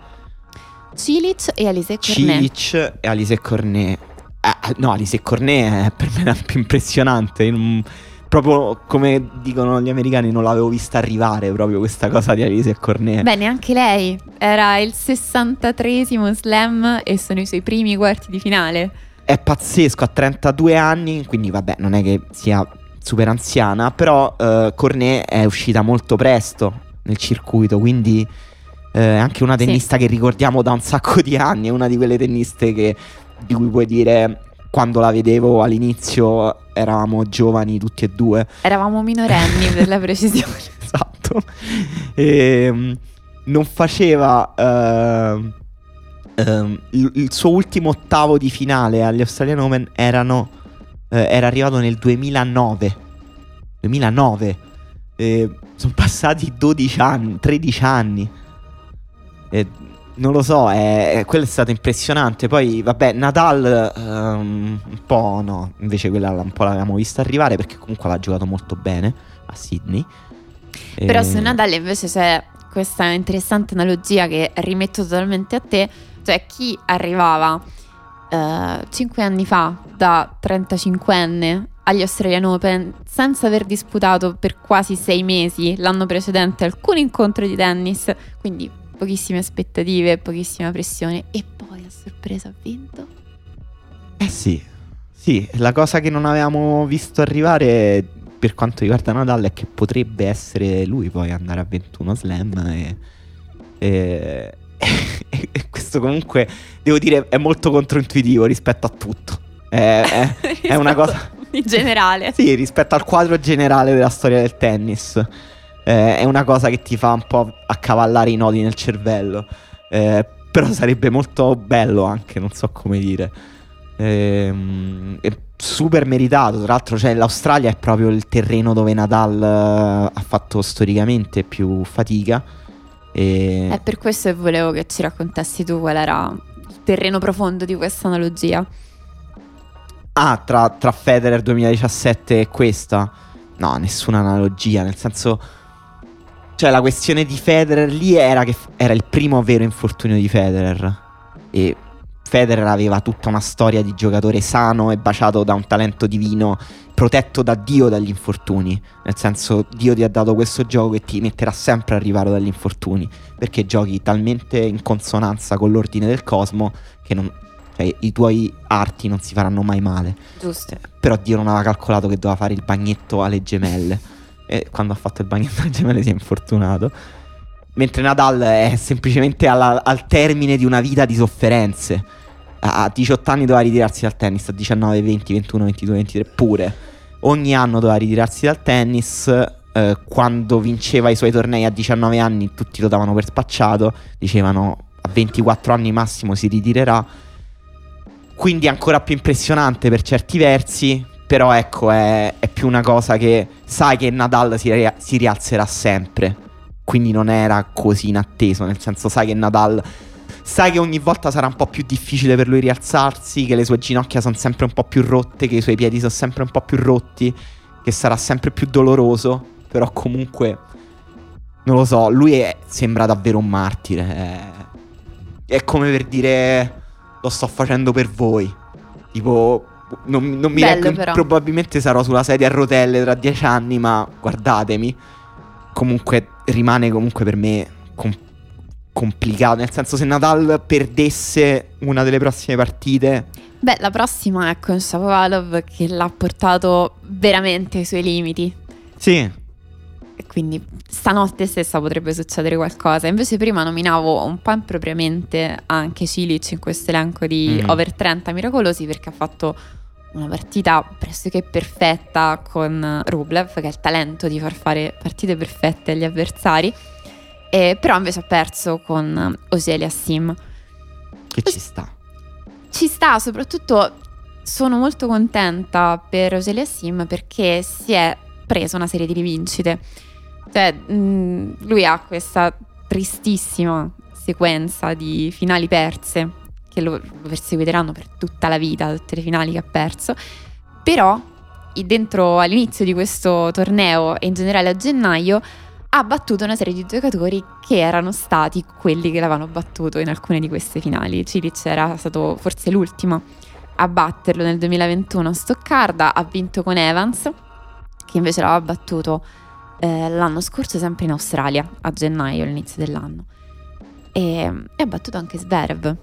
A: Cilic e Alizé Cornet.
B: Cilic e Alizé Cornet. Eh, no, Alizé Cornet è per me la più impressionante. Io non- proprio come dicono gli americani, non l'avevo vista arrivare proprio questa cosa di Alizé Cornet.
A: Bene, anche lei era il sessantatreesimo slam e sono i suoi primi quarti di finale.
B: È pazzesco, ha trentadue anni, quindi vabbè, non è che sia super anziana, però eh, Cornet è uscita molto presto nel circuito, quindi è eh, anche una tennista sì. che ricordiamo da un sacco di anni, è una di quelle tenniste che, di cui puoi dire, quando la vedevo all'inizio eravamo giovani tutti e due.
A: Eravamo minorenni per la precisione.
B: Esatto. E, non faceva... Uh, uh, il, il suo ultimo ottavo di finale agli Australian Open erano... Uh, era arrivato nel duemilanove. duemilanove. Eh, sono passati dodici anni, tredici anni. Eh, non lo so, è, è, quello è stato impressionante. Poi, vabbè, Nadal um, un po' no. Invece quella un po' l'avevamo vista arrivare, perché comunque aveva giocato molto bene a Sydney.
A: Però
B: e...
A: su Nadal invece c'è questa interessante analogia che rimetto totalmente a te. Cioè, chi arrivava uh, cinque anni fa da trentacinquenne agli Australian Open senza aver disputato per quasi sei mesi l'anno precedente alcun incontro di tennis, quindi pochissime aspettative, pochissima pressione, e poi a sorpresa ha vinto.
B: Eh sì, sì, la cosa che non avevamo visto arrivare per quanto riguarda Nadal è che potrebbe essere lui poi andare a ventuno slam e, e, e questo comunque devo dire è molto controintuitivo rispetto a tutto. È, è, è una cosa
A: in generale.
B: Sì, rispetto al quadro generale della storia del tennis. Eh, è una cosa che ti fa un po' accavallare i nodi nel cervello. Eh, però sarebbe molto bello anche, non so come dire. Eh, super meritato. Tra l'altro, cioè, l'Australia è proprio il terreno dove Nadal uh, ha fatto storicamente più fatica. E...
A: È per questo che volevo che ci raccontassi tu qual era il terreno profondo di questa analogia.
B: Ah, tra, tra Federer duemiladiciassette e questa? No, nessuna analogia, nel senso... Cioè, la questione di Federer lì era che f- era il primo vero infortunio di Federer. E Federer aveva tutta una storia di giocatore sano e baciato da un talento divino, protetto da Dio dagli infortuni. Nel senso, Dio ti ha dato questo gioco che ti metterà sempre al riparo dagli infortuni, perché giochi talmente in consonanza con l'ordine del cosmo che non, cioè, i tuoi arti non si faranno mai male.
A: Giusto.
B: Però Dio non aveva calcolato che doveva fare il bagnetto alle gemelle. E quando ha fatto il bagnetto alle gemelle si è infortunato. Mentre Nadal è semplicemente alla, al termine di una vita di sofferenze. A diciotto anni doveva ritirarsi dal tennis, a diciannove, venti, ventuno, ventidue, ventitré pure. Ogni anno doveva ritirarsi dal tennis. eh, Quando vinceva i suoi tornei a diciannove anni tutti lo davano per spacciato. Dicevano a ventiquattro anni massimo si ritirerà. Quindi è ancora più impressionante per certi versi. Però ecco, è, è più una cosa che sai che Nadal si, ria- si rialzerà sempre. Quindi non era così inatteso. Nel senso, sai che Nadal, sai che ogni volta sarà un po' più difficile per lui rialzarsi, che le sue ginocchia sono sempre un po' più rotte, che i suoi piedi sono sempre un po' più rotti, che sarà sempre più doloroso. Però comunque, non lo so, lui è, sembra davvero un martire. È, è come per dire: lo sto facendo per voi. Tipo... Non, non mi
A: Bello,
B: rec-
A: però.
B: Probabilmente sarò sulla sedia a rotelle tra dieci anni, ma guardatemi. Comunque rimane comunque per me com- complicato. Nel senso, se Nadal perdesse una delle prossime partite...
A: Beh, la prossima è con Shapovalov, che l'ha portato veramente ai suoi limiti.
B: Sì.
A: E quindi stanotte stessa potrebbe succedere qualcosa. Invece prima nominavo un po' impropriamente anche Cilic in questo elenco di
B: Mm.
A: over trenta miracolosi, perché ha fatto una partita pressoché perfetta con Rublev, che ha il talento di far fare partite perfette agli avversari, e però invece ha perso con Auger-Aliassime.
B: Che ci sta.
A: Ci sta, soprattutto sono molto contenta per Auger-Aliassime perché si è preso una serie di rivincite. Cioè, mh, lui ha questa tristissima sequenza di finali perse che lo, lo perseguiteranno per tutta la vita, tutte le finali che ha perso. Però dentro all'inizio di questo torneo e in generale a gennaio ha battuto una serie di giocatori che erano stati quelli che l'avevano battuto in alcune di queste finali. Cilic era stato forse l'ultimo a batterlo nel duemilaventuno a Stoccarda, ha vinto con Evans, che invece l'aveva battuto eh, l'anno scorso sempre in Australia a gennaio, all'inizio dell'anno, e, e ha battuto anche Zverev.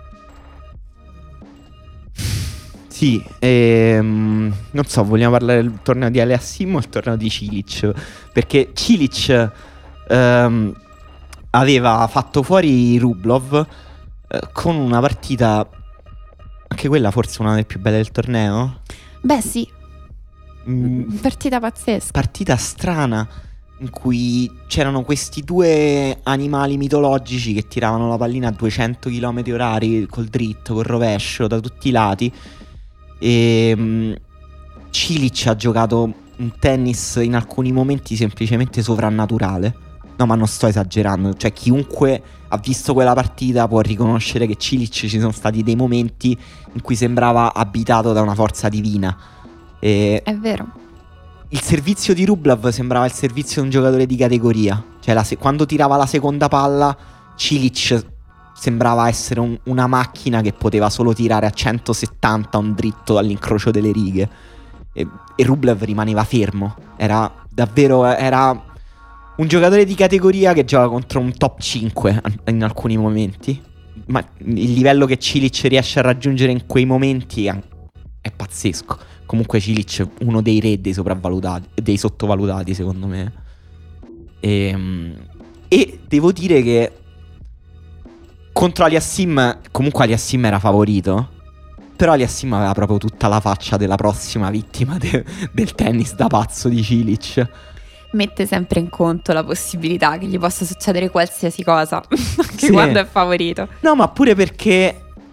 B: Sì, ehm, non so, vogliamo parlare del torneo di Aliassime o il torneo di Cilic? Perché Cilic ehm, aveva fatto fuori Rublev eh, con una partita, anche quella forse una delle più belle del torneo.
A: Beh sì,
B: Mm,
A: partita pazzesca.
B: partita strana in cui c'erano questi due animali mitologici che tiravano la pallina a duecento chilometri orari col dritto, col rovescio, da tutti i lati. E um, Cilic ha giocato un tennis in alcuni momenti semplicemente sovrannaturale. No, ma non sto esagerando. Cioè, chiunque ha visto quella partita può riconoscere che Cilic ci sono stati dei momenti in cui sembrava abitato da una forza divina. E
A: È vero.
B: il servizio di Rublev sembrava il servizio di un giocatore di categoria. Cioè, la se- quando tirava la seconda palla, Cilic sembrava essere un- una macchina che poteva solo tirare a centosettanta un dritto all'incrocio delle righe. E, e Rublev rimaneva fermo. Era davvero era un giocatore di categoria che gioca contro un top cinque in alcuni momenti. Ma il livello che Cilic riesce a raggiungere in quei momenti è, è pazzesco. Comunque Cilic uno dei re dei sopravvalutati, dei sottovalutati secondo me. E, e devo dire che contro Aliassime, comunque Aliassime era favorito, però Aliassime aveva proprio tutta la faccia della prossima vittima de- del tennis da pazzo di Cilic.
A: Mette sempre in conto la possibilità che gli possa succedere qualsiasi cosa, anche
B: Sì.
A: quando è favorito.
B: No, ma pure perché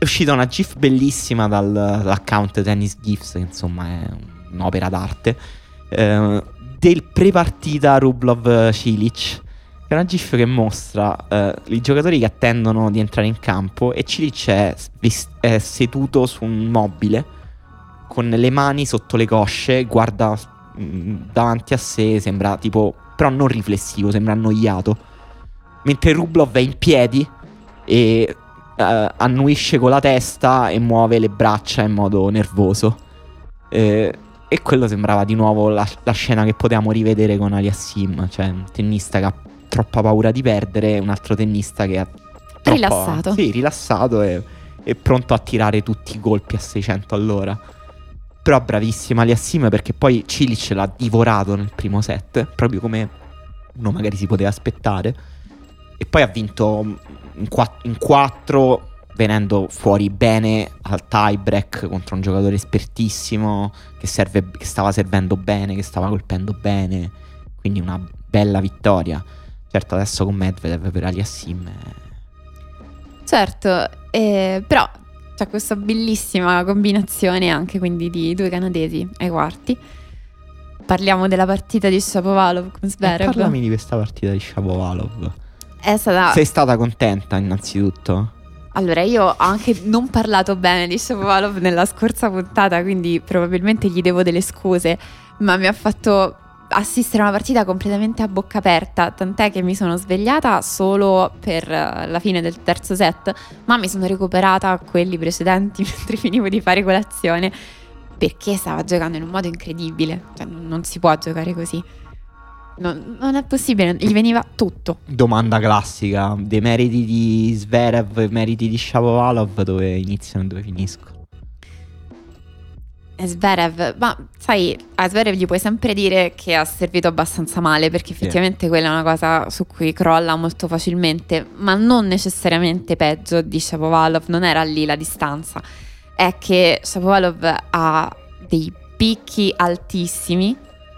B: è uscita una GIF bellissima dal, dall'account Tennis GIFs, che insomma è un'opera d'arte, eh, del pre-partita Rublev-Cilic. È una GIF che mostra eh, i giocatori che attendono di entrare in campo e Cilic è, è seduto su un mobile con le mani sotto le cosce, guarda mh, davanti a sé, sembra tipo, però non riflessivo, sembra annoiato, mentre Rublev è in piedi e uh, annuisce con la testa e muove le braccia in modo nervoso, eh, e quello sembrava di nuovo la, la scena che potevamo rivedere con Aliassim, cioè un tennista che ha troppa paura di perdere, un altro tennista che ha troppa,
A: rilassato
B: sì, rilassato e, e pronto a tirare tutti i colpi a seicento all'ora. Però bravissima Aliassim, perché poi Cilic l'ha divorato nel primo set, proprio come uno magari si poteva aspettare, e poi ha vinto in, quatt- in quattro, venendo fuori bene al tie break contro un giocatore espertissimo che, serve, che stava servendo bene, che stava colpendo bene, quindi una bella vittoria. Certo, adesso con Medvedev per Aliassim è...
A: Certo, eh, però c'è questa bellissima combinazione anche quindi di due canadesi ai quarti. Parliamo della partita di Shapovalov con Zverev.
B: Eh, parlami di questa partita di Shapovalov.
A: È stata...
B: Sei stata contenta innanzitutto?
A: Allora, io ho anche non parlato bene di Shapovalov nella scorsa puntata, quindi probabilmente gli devo delle scuse, ma mi ha fatto assistere a una partita completamente a bocca aperta, tant'è che mi sono svegliata solo per la fine del terzo set, ma mi sono recuperata quelli precedenti mentre finivo di fare colazione, perché stava giocando in un modo incredibile, cioè non, non si può giocare così, non, non è possibile, gli veniva tutto.
B: Domanda classica, dei meriti di Zverev e meriti di Shapovalov, dove iniziano e dove finiscono?
A: Zverev, ma sai, a Zverev gli puoi sempre dire che ha servito abbastanza male, perché effettivamente yeah. quella è una cosa su cui crolla molto facilmente, ma non necessariamente peggio di Shapovalov, non era lì la distanza, è che Shapovalov ha dei picchi altissimi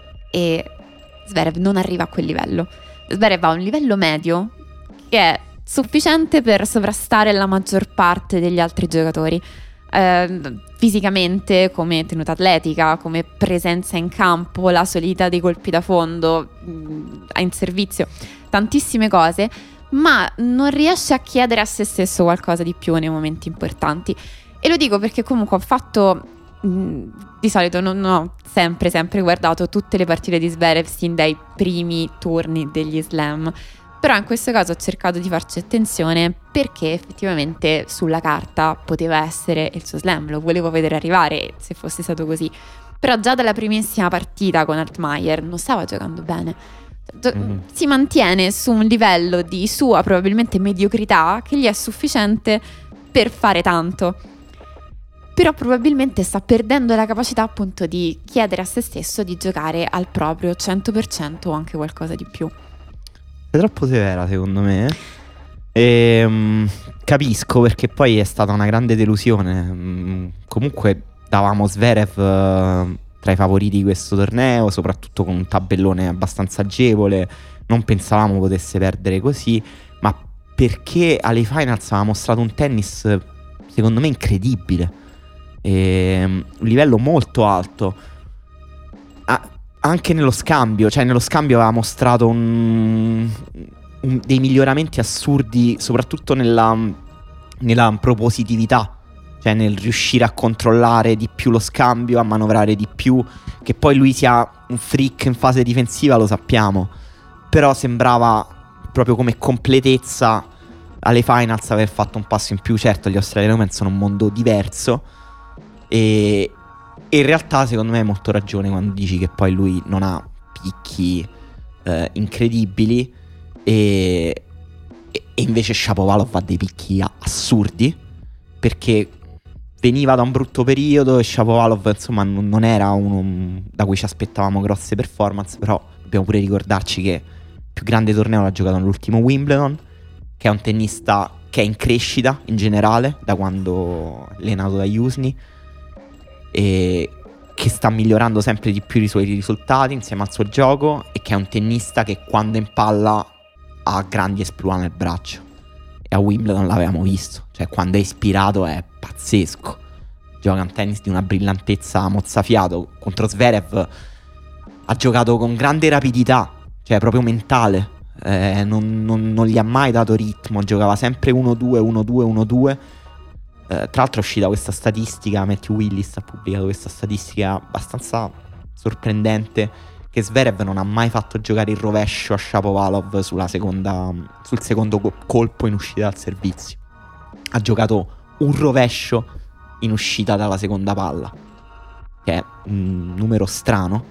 A: e Zverev non arriva a quel livello. Zverev ha un livello medio che è sufficiente per sovrastare la maggior parte degli altri giocatori. Uh, fisicamente, come tenuta atletica, come presenza in campo, la solidità dei colpi da fondo, mh, in servizio, tantissime cose, ma non riesce a chiedere a se stesso qualcosa di più nei momenti importanti. E lo dico perché comunque ho fatto, mh, di solito non ho sempre sempre guardato tutte le partite di Zverev sin dai primi turni degli slam, però in questo caso ho cercato di farci attenzione perché effettivamente sulla carta poteva essere il suo slam, lo volevo vedere arrivare se fosse stato così, però già dalla primissima partita con Altmaier non stava giocando bene, Gio- mm-hmm. si mantiene su un livello di sua probabilmente mediocrità che gli è sufficiente per fare tanto, però probabilmente sta perdendo la capacità appunto di chiedere a se stesso di giocare al proprio cento per cento o anche qualcosa di più.
B: È troppo severa secondo me. E, um, capisco, perché poi è stata una grande delusione. Um, comunque davamo Zverev uh, tra i favoriti di questo torneo, soprattutto con un tabellone abbastanza agevole. Non pensavamo potesse perdere così, ma perché alle finals aveva mostrato un tennis secondo me incredibile, e, um, un livello molto alto. Ah, anche nello scambio, cioè nello scambio aveva mostrato un, un, dei miglioramenti assurdi, soprattutto nella, nella propositività, cioè nel riuscire a controllare di più lo scambio, a manovrare di più. Che poi lui sia un freak in fase difensiva lo sappiamo, però sembrava proprio come completezza alle finals aver fatto un passo in più. Certo, gli Australian Open sono un mondo diverso e... E in realtà secondo me hai molto ragione quando dici che poi lui non ha picchi eh, incredibili e, e invece Shapovalov ha dei picchi assurdi, perché veniva da un brutto periodo e Shapovalov insomma non, non era uno da cui ci aspettavamo grosse performance, però dobbiamo pure ricordarci che il più grande torneo l'ha giocato nell'ultimo Wimbledon, che è un tennista che è in crescita in generale da quando è allenato da Yusny, e che sta migliorando sempre di più i suoi risultati insieme al suo gioco, e che è un tennista che quando in palla ha grandi esploit nel braccio, e a Wimbledon l'avevamo visto, cioè quando è ispirato è pazzesco. Gioca un tennis di una brillantezza mozzafiato. Contro Zverev ha giocato con grande rapidità, cioè proprio mentale. Eh, non, non, non gli ha mai dato ritmo, giocava sempre uno due, uno due, uno due. Eh, tra l'altro è uscita questa statistica, Matthew Willis ha pubblicato questa statistica abbastanza sorprendente, che Zverev non ha mai fatto giocare il rovescio a Shapovalov sulla seconda, sul secondo colpo in uscita dal servizio. Ha giocato un rovescio in uscita dalla seconda palla, che è un numero strano.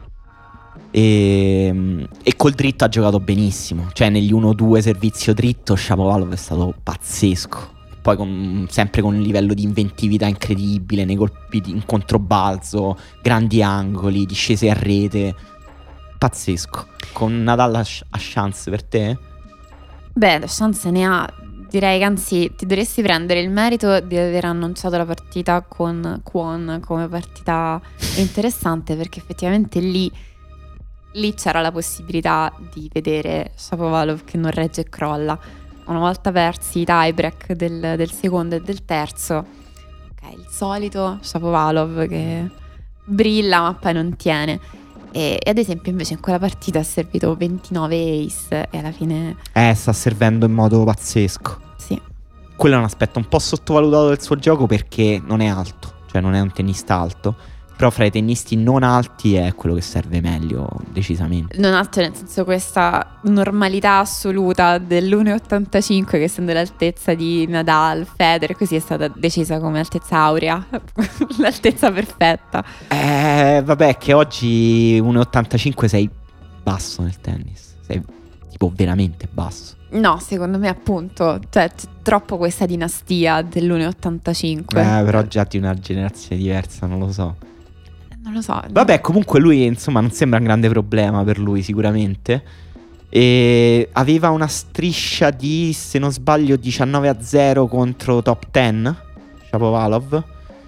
B: E, e col dritto ha giocato benissimo, cioè negli uno due servizio dritto Shapovalov è stato pazzesco. Poi con, sempre con un livello di inventività incredibile, nei colpi di, in controbalzo, grandi angoli, discese a rete, pazzesco. Con Nadal ha, ha chance per te?
A: Beh, chance ne ha. Direi che anzi ti dovresti prendere il merito di aver annunciato la partita con Kwon come partita interessante, perché effettivamente lì Lì c'era la possibilità di vedere Shapovalov che non regge e crolla. Una volta persi i tie-break del, del secondo e del terzo, ok, il solito Shapovalov che brilla ma poi non tiene. E, e ad esempio invece in quella partita ha servito ventinove ace e alla fine...
B: Eh, sta servendo in modo pazzesco.
A: Sì.
B: Quello è un aspetto un po' sottovalutato del suo gioco, perché non è alto, cioè non è un tennista alto. Però fra i tennisti non alti è quello che serve meglio, decisamente.
A: Non alto nel senso, questa normalità assoluta dell'uno virgola ottantacinque, che essendo l'altezza di Nadal, Federer, così è stata decisa come altezza aurea, l'altezza perfetta.
B: Eh, vabbè, che oggi uno virgola ottantacinque sei basso nel tennis, sei tipo veramente basso.
A: No, secondo me appunto, cioè c'è troppo questa dinastia dell'uno virgola ottantacinque.
B: Eh, però già di una generazione diversa, non lo so.
A: Non lo so.
B: Vabbè, comunque lui, insomma, non sembra un grande problema per lui, sicuramente. E aveva una striscia di, se non sbaglio, diciannove a zero contro top dieci, Shapovalov.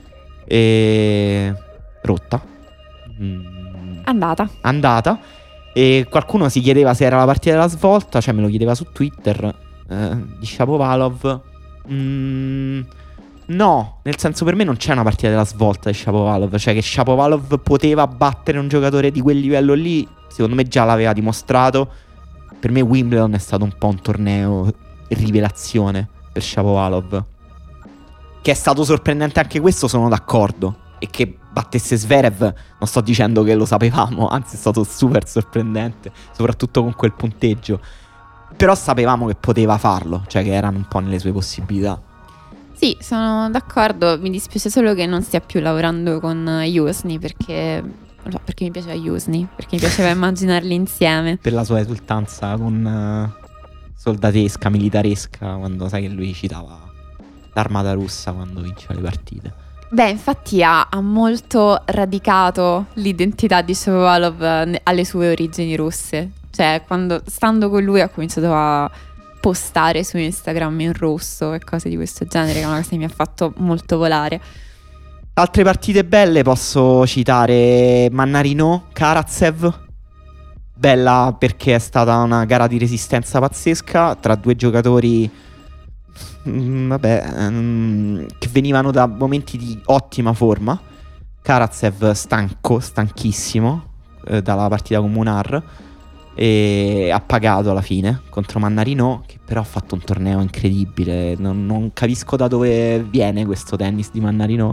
B: E rotta.
A: Mm. Andata.
B: Andata. E qualcuno si chiedeva se era la partita della svolta, cioè me lo chiedeva su Twitter, eh, di Shapovalov. Mm, no, nel senso, per me non c'è una partita della svolta di Shapovalov. Cioè che Shapovalov poteva battere un giocatore di quel livello lì, secondo me già l'aveva dimostrato. Per me Wimbledon è stato un po' un torneo rivelazione per Shapovalov. Che è stato sorprendente anche questo, sono d'accordo. E che battesse Zverev, non sto dicendo che lo sapevamo, anzi è stato super sorprendente, soprattutto con quel punteggio. Però sapevamo che poteva farlo, cioè che erano un po' nelle sue possibilità.
A: Sì, sono d'accordo, mi dispiace solo che non stia più lavorando con Jusni, perché, non so, perché mi piaceva Jusni, perché mi piaceva immaginarli insieme.
B: Per la sua esultanza con uh, soldatesca, militaresca, quando sai che lui citava l'armata russa quando vinceva le partite.
A: Beh, infatti ha, ha molto radicato l'identità di Shapovalov alle sue origini russe. Cioè, quando stando con lui ha cominciato a postare su Instagram in russo e cose di questo genere, che è una cosa che mi ha fatto molto volare.
B: Altre partite belle posso citare Mannarino, Karatsev. Bella perché è stata una gara di resistenza pazzesca tra due giocatori mm, vabbè mm, che venivano da momenti di ottima forma. Karatsev stanco, stanchissimo eh, dalla partita con Munar, e ha pagato alla fine contro Mannarino, che però ha fatto un torneo incredibile. Non, non capisco da dove viene questo tennis di Mannarino,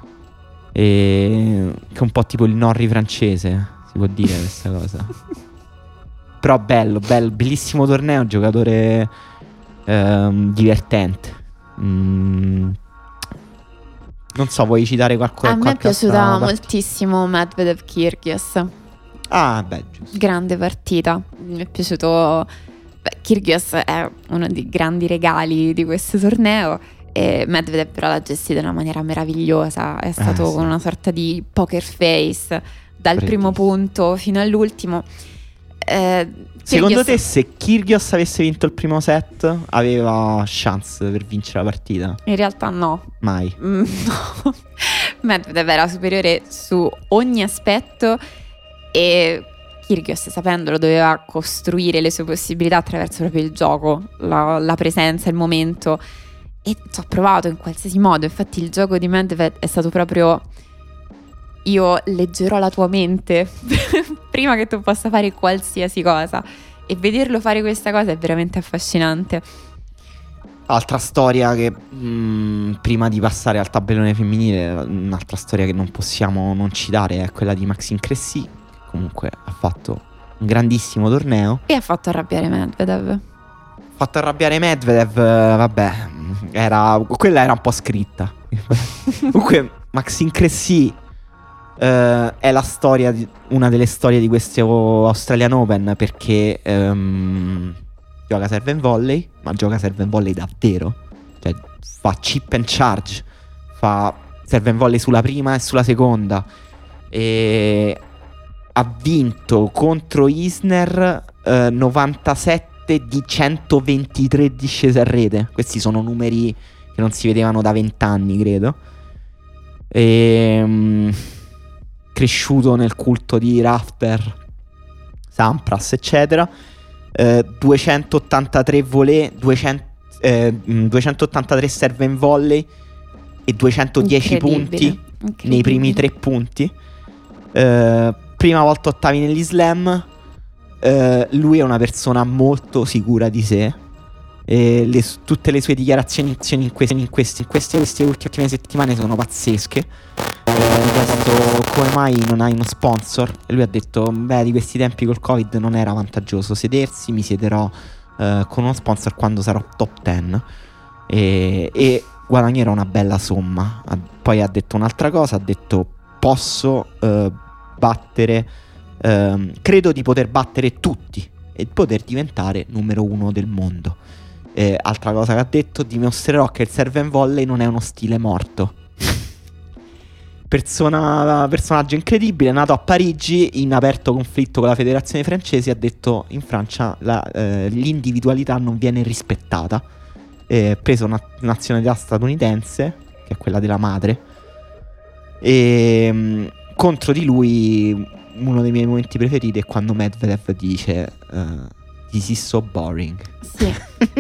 B: e che è un po' tipo il Norri francese, si può dire questa cosa. Però bello, bello, bellissimo torneo, giocatore ehm, divertente. Mm. Non so, vuoi citare qualcosa?
A: A me è piaciuta moltissimo Medvedev Kyrgios.
B: Ah, beh, giusto.
A: Grande partita. Mi è piaciuto. Beh, Kyrgios è uno dei grandi regali di questo torneo, e Medvedev però l'ha gestito in una maniera meravigliosa. È stato eh, sì. con una sorta di poker face dal primo punto fino all'ultimo. Eh,
B: Secondo te, se Kyrgios avesse vinto il primo set, aveva chance per vincere la partita?
A: In realtà no.
B: Mai.
A: Mm, no. Medvedev era superiore su ogni aspetto, e Kyrgios, sapendolo, doveva costruire le sue possibilità attraverso proprio il gioco, la, la presenza, il momento, e ci ho provato in qualsiasi modo. Infatti il gioco di Medvedev è stato proprio: io leggerò la tua mente prima che tu possa fare qualsiasi cosa, e vederlo fare questa cosa è veramente affascinante.
B: Altra storia che mh, prima di passare al tabellone femminile, un'altra storia che non possiamo non citare è quella di Maxime Cressy, che comunque ha fatto un grandissimo torneo
A: e ha fatto arrabbiare Medvedev.
B: Ha fatto arrabbiare Medvedev, vabbè, era, quella era un po' scritta. Comunque Maxime Cressy Uh, è la storia di, una delle storie di questo Australian Open, perché um, gioca serve and volley, ma gioca serve and volley davvero, cioè fa chip and charge, fa serve and volley sulla prima e sulla seconda, e ha vinto contro Isner uh, novantasette di centoventitré discese a rete. Questi sono numeri che non si vedevano da vent'anni, credo. E um, cresciuto nel culto di Rafter, Sampras, eccetera. eh, duecentottantatré volée, duecento, eh, duecentottantatré serve and volley e duecentodieci punti nei primi tre punti. eh, Prima volta ottavi negli slam. eh, Lui è una persona molto sicura di sé, e le, tutte le sue dichiarazioni in queste, in queste, in queste, queste ultime settimane sono pazzesche. Chiesto come mai non hai uno sponsor, e lui ha detto: beh, di questi tempi col Covid non era vantaggioso sedersi, mi siederò uh, con uno sponsor quando sarò top dieci e, e guadagnerò una bella somma. Ha, poi ha detto un'altra cosa, ha detto: posso uh, battere uh, credo di poter battere tutti e poter diventare numero uno del mondo. Eh, altra cosa che ha detto: dimostrerò che il serve and volley non è uno stile morto. Persona, personaggio incredibile, nato a Parigi in aperto conflitto con la federazione francese. Ha detto: in Francia la, eh, l'individualità non viene rispettata. Eh, preso una nazionalità statunitense, che è quella della madre, e mh, contro di lui uno dei miei momenti preferiti è quando Medvedev dice uh, "This is so boring".
A: Sì.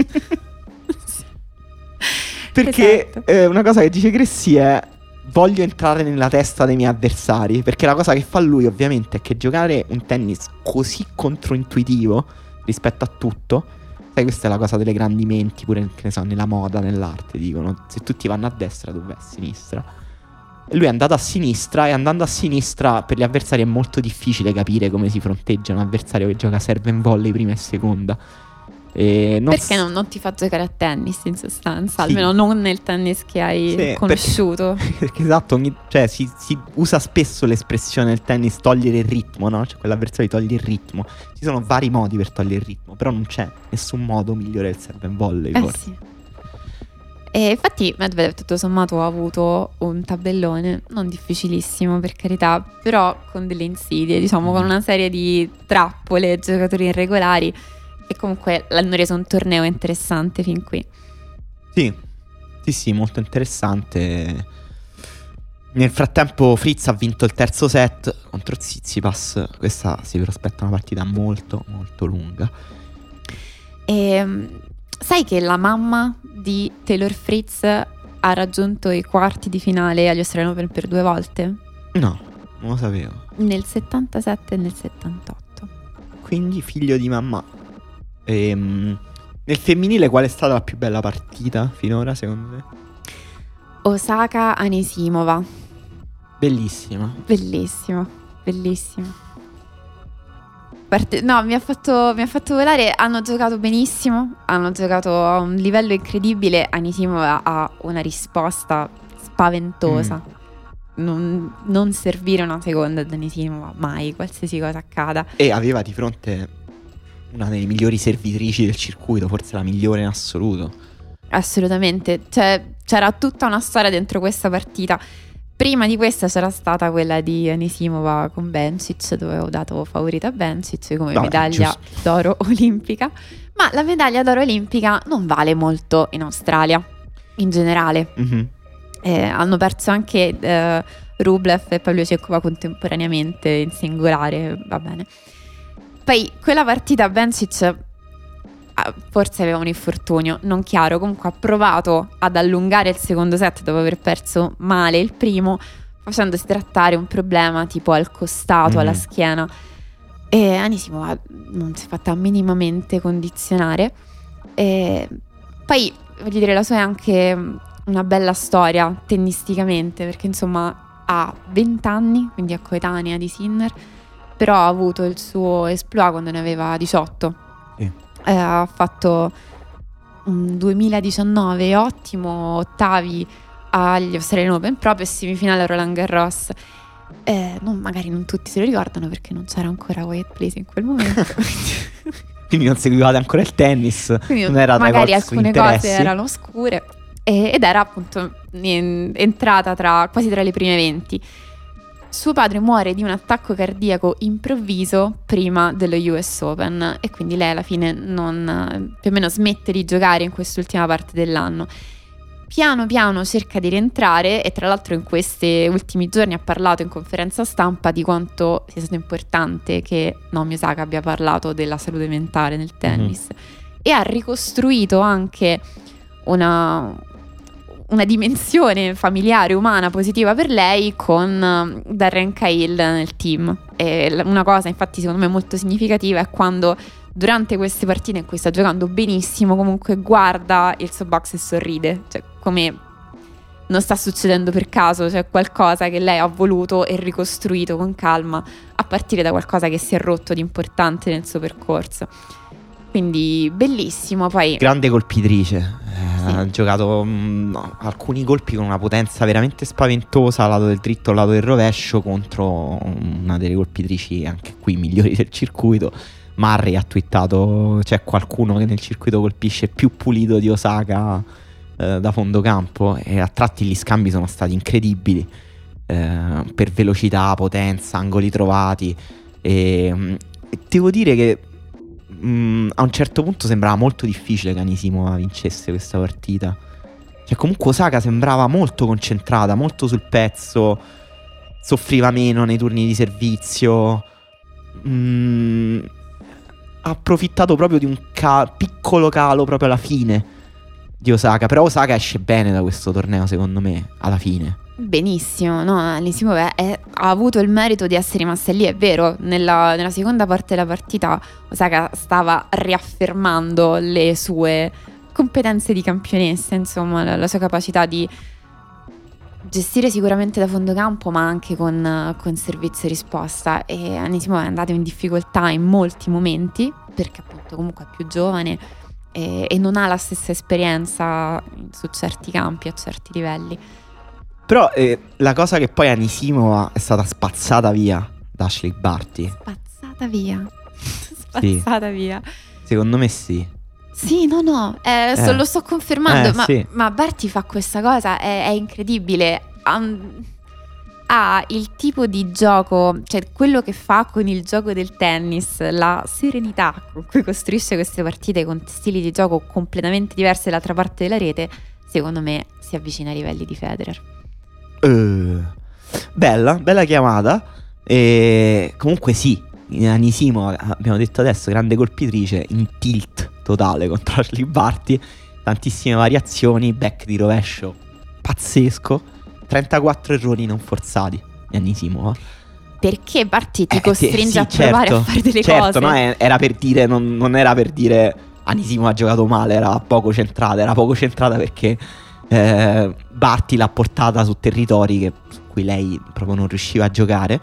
B: Perché
A: esatto.
B: eh, una cosa che dice Cressy è: voglio entrare nella testa dei miei avversari. Perché la cosa che fa lui ovviamente è che giocare un tennis così controintuitivo rispetto a tutto, sai, questa è la cosa delle grandi menti, pure che ne so, nella moda, nell'arte, dicono: se tutti vanno a destra tu vai a sinistra. E lui è andato a sinistra, e andando a sinistra per gli avversari è molto difficile capire come si fronteggia un avversario che gioca serve and volley prima e seconda. E non
A: Perché
B: s-
A: non, non ti fa giocare a tennis, in sostanza?
B: Sì.
A: Almeno non nel tennis che hai
B: Sì,
A: conosciuto.
B: Perché, perché esatto, ogni- cioè si, si usa spesso l'espressione nel tennis togliere il ritmo, no? Cioè quell'avversario toglie il ritmo. Ci sono vari modi per togliere il ritmo, però non c'è nessun modo migliore del serve and volley,
A: Eh
B: forse.
A: sì. E infatti Medvedev tutto sommato ha avuto un tabellone non difficilissimo, per carità, però con delle insidie, diciamo, con una serie di trappole, giocatori irregolari, e comunque l'hanno reso un torneo interessante fin qui.
B: Sì, sì, sì, molto interessante. Nel frattempo Fritz ha vinto il terzo set contro Tsitsipas. Questa si prospetta una partita molto, molto lunga.
A: E sai che la mamma di Taylor Fritz ha raggiunto i quarti di finale agli Australian Open per due volte?
B: No, non lo sapevo.
A: Nel settantasette e nel settantotto.
B: Quindi figlio di mamma. Ehm, nel femminile qual è stata la più bella partita finora, secondo te?
A: Osaka Anisimova.
B: Bellissima.
A: Bellissimo, bellissimo. Parte- no, mi ha fatto, mi ha fatto volare. Hanno giocato benissimo, hanno giocato a un livello incredibile. Anisimova ha una risposta spaventosa.
B: Mm.
A: Non, non servire una seconda ad Anisimova, mai, qualsiasi cosa accada.
B: E aveva di fronte una delle migliori servitrici del circuito, forse la migliore in assoluto.
A: Assolutamente, cioè c'era tutta una storia dentro questa partita. Prima di questa c'era stata quella di Anisimova con Bencic, dove ho dato favorita a Bencic come
B: Vabbè,
A: medaglia
B: giusto.
A: d'oro olimpica. Ma la medaglia d'oro olimpica non vale molto in Australia, in generale.
B: Mm-hmm.
A: Eh, hanno perso anche eh, Rublev e Pavlyuchenkova contemporaneamente in singolare, va bene. Poi quella partita Bencic forse aveva un infortunio, non chiaro. Comunque ha provato ad allungare il secondo set dopo aver perso male il primo, facendosi trattare un problema tipo al costato, mm. alla schiena. E Anisimova non si è fatta minimamente condizionare. E poi voglio dire, la sua è anche una bella storia tennisticamente, perché insomma ha venti anni, quindi è coetanea di Sinner, però ha avuto il suo exploit quando ne aveva diciotto. Sì. Eh, ha fatto un duemiladiciannove ottimo, ottavi agli Australian Open, proprio semifinale a Roland Garros. Eh, non, magari non tutti se lo ricordano perché non c'era ancora Wyatt Place in quel momento.
B: Quindi non seguivate ancora il tennis.
A: Quindi
B: non era
A: magari alcune
B: interessi.
A: cose erano oscure, e, ed era appunto in, entrata tra quasi tra le prime venti. Suo padre muore di un attacco cardiaco improvviso prima dello U S Open, e quindi lei alla fine non, più o meno smette di giocare in quest'ultima parte dell'anno. Piano piano cerca di rientrare, e tra l'altro in questi ultimi giorni ha parlato in conferenza stampa di quanto sia stato importante che Naomi Osaka abbia parlato della salute mentale nel tennis, mm-hmm. e ha ricostruito anche una, una dimensione familiare, umana, positiva per lei con Darren Cahill nel team. E una cosa infatti secondo me molto significativa è quando durante queste partite in cui sta giocando benissimo comunque guarda il suo box e sorride, cioè come non sta succedendo per caso, cioè qualcosa che lei ha voluto e ricostruito con calma a partire da qualcosa che si è rotto di importante nel suo percorso. Quindi bellissimo. Poi
B: grande colpitrice, eh, sì. Ha giocato mh, no, alcuni colpi con una potenza veramente spaventosa, lato del dritto e lato del rovescio, contro una delle colpitrici anche qui migliori del circuito. Murray ha twittato: c'è qualcuno che nel circuito colpisce più pulito di Osaka eh, da fondo campo, e a tratti gli scambi sono stati incredibili, eh, per velocità, potenza, angoli trovati, e mh, devo dire che mh, a un certo punto sembrava molto difficile che Anisimova vincesse questa partita. Cioè comunque Osaka sembrava molto concentrata, molto sul pezzo, soffriva meno nei turni di servizio. mh, ha approfittato proprio di un ca- piccolo calo proprio alla fine di Osaka. Però Osaka esce bene da questo torneo, secondo me, alla fine.
A: Benissimo, no? Anisimova è, ha avuto il merito di essere rimasta lì, è vero. Nella, nella seconda parte della partita Osaka stava riaffermando le sue competenze di campionessa, insomma, la, la sua capacità di gestire sicuramente da fondo campo, ma anche con, con servizio e risposta. E Anisimova è andata in difficoltà in molti momenti, perché appunto comunque è più giovane e, e non ha la stessa esperienza su certi campi, a certi livelli.
B: Però eh, la cosa che poi Anisimova è stata spazzata via da Ashleigh Barty.
A: Spazzata via? Spazzata sì. via?
B: Secondo me sì.
A: Sì, no, no, eh, eh. lo sto confermando,
B: eh,
A: ma,
B: sì.
A: ma Barty fa questa cosa, è, è incredibile. Um, ha il tipo di gioco, cioè quello che fa con il gioco del tennis, la serenità con cui costruisce queste partite con stili di gioco completamente diversi dall'altra parte della rete, secondo me si avvicina ai livelli di Federer.
B: Uh, bella, bella chiamata. E comunque sì, Anisimova, abbiamo detto adesso, grande colpitrice, in tilt totale contro Ashleigh Barty, tantissime variazioni, back di rovescio pazzesco, trentaquattro errori non forzati di Anisimova.
A: Perché Barty ti
B: eh,
A: costringe
B: sì,
A: a provare
B: certo,
A: a fare delle
B: certo,
A: cose.
B: No, era per dire, non, non era per dire Anisimova ha giocato male, era poco centrata, era poco centrata perché eh, Barty l'ha portata su territori che, su cui lei proprio non riusciva a giocare.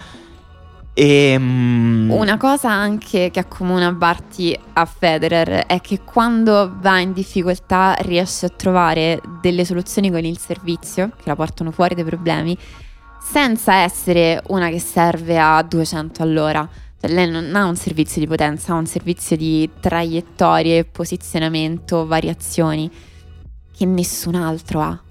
B: E, um...
A: una cosa anche che accomuna Barty a Federer è che quando va in difficoltà riesce a trovare delle soluzioni con il servizio che la portano fuori dai problemi, senza essere una che serve a duecento all'ora. Cioè, lei non ha un servizio di potenza, ha un servizio di traiettorie, posizionamento, variazioni che nessun altro ha.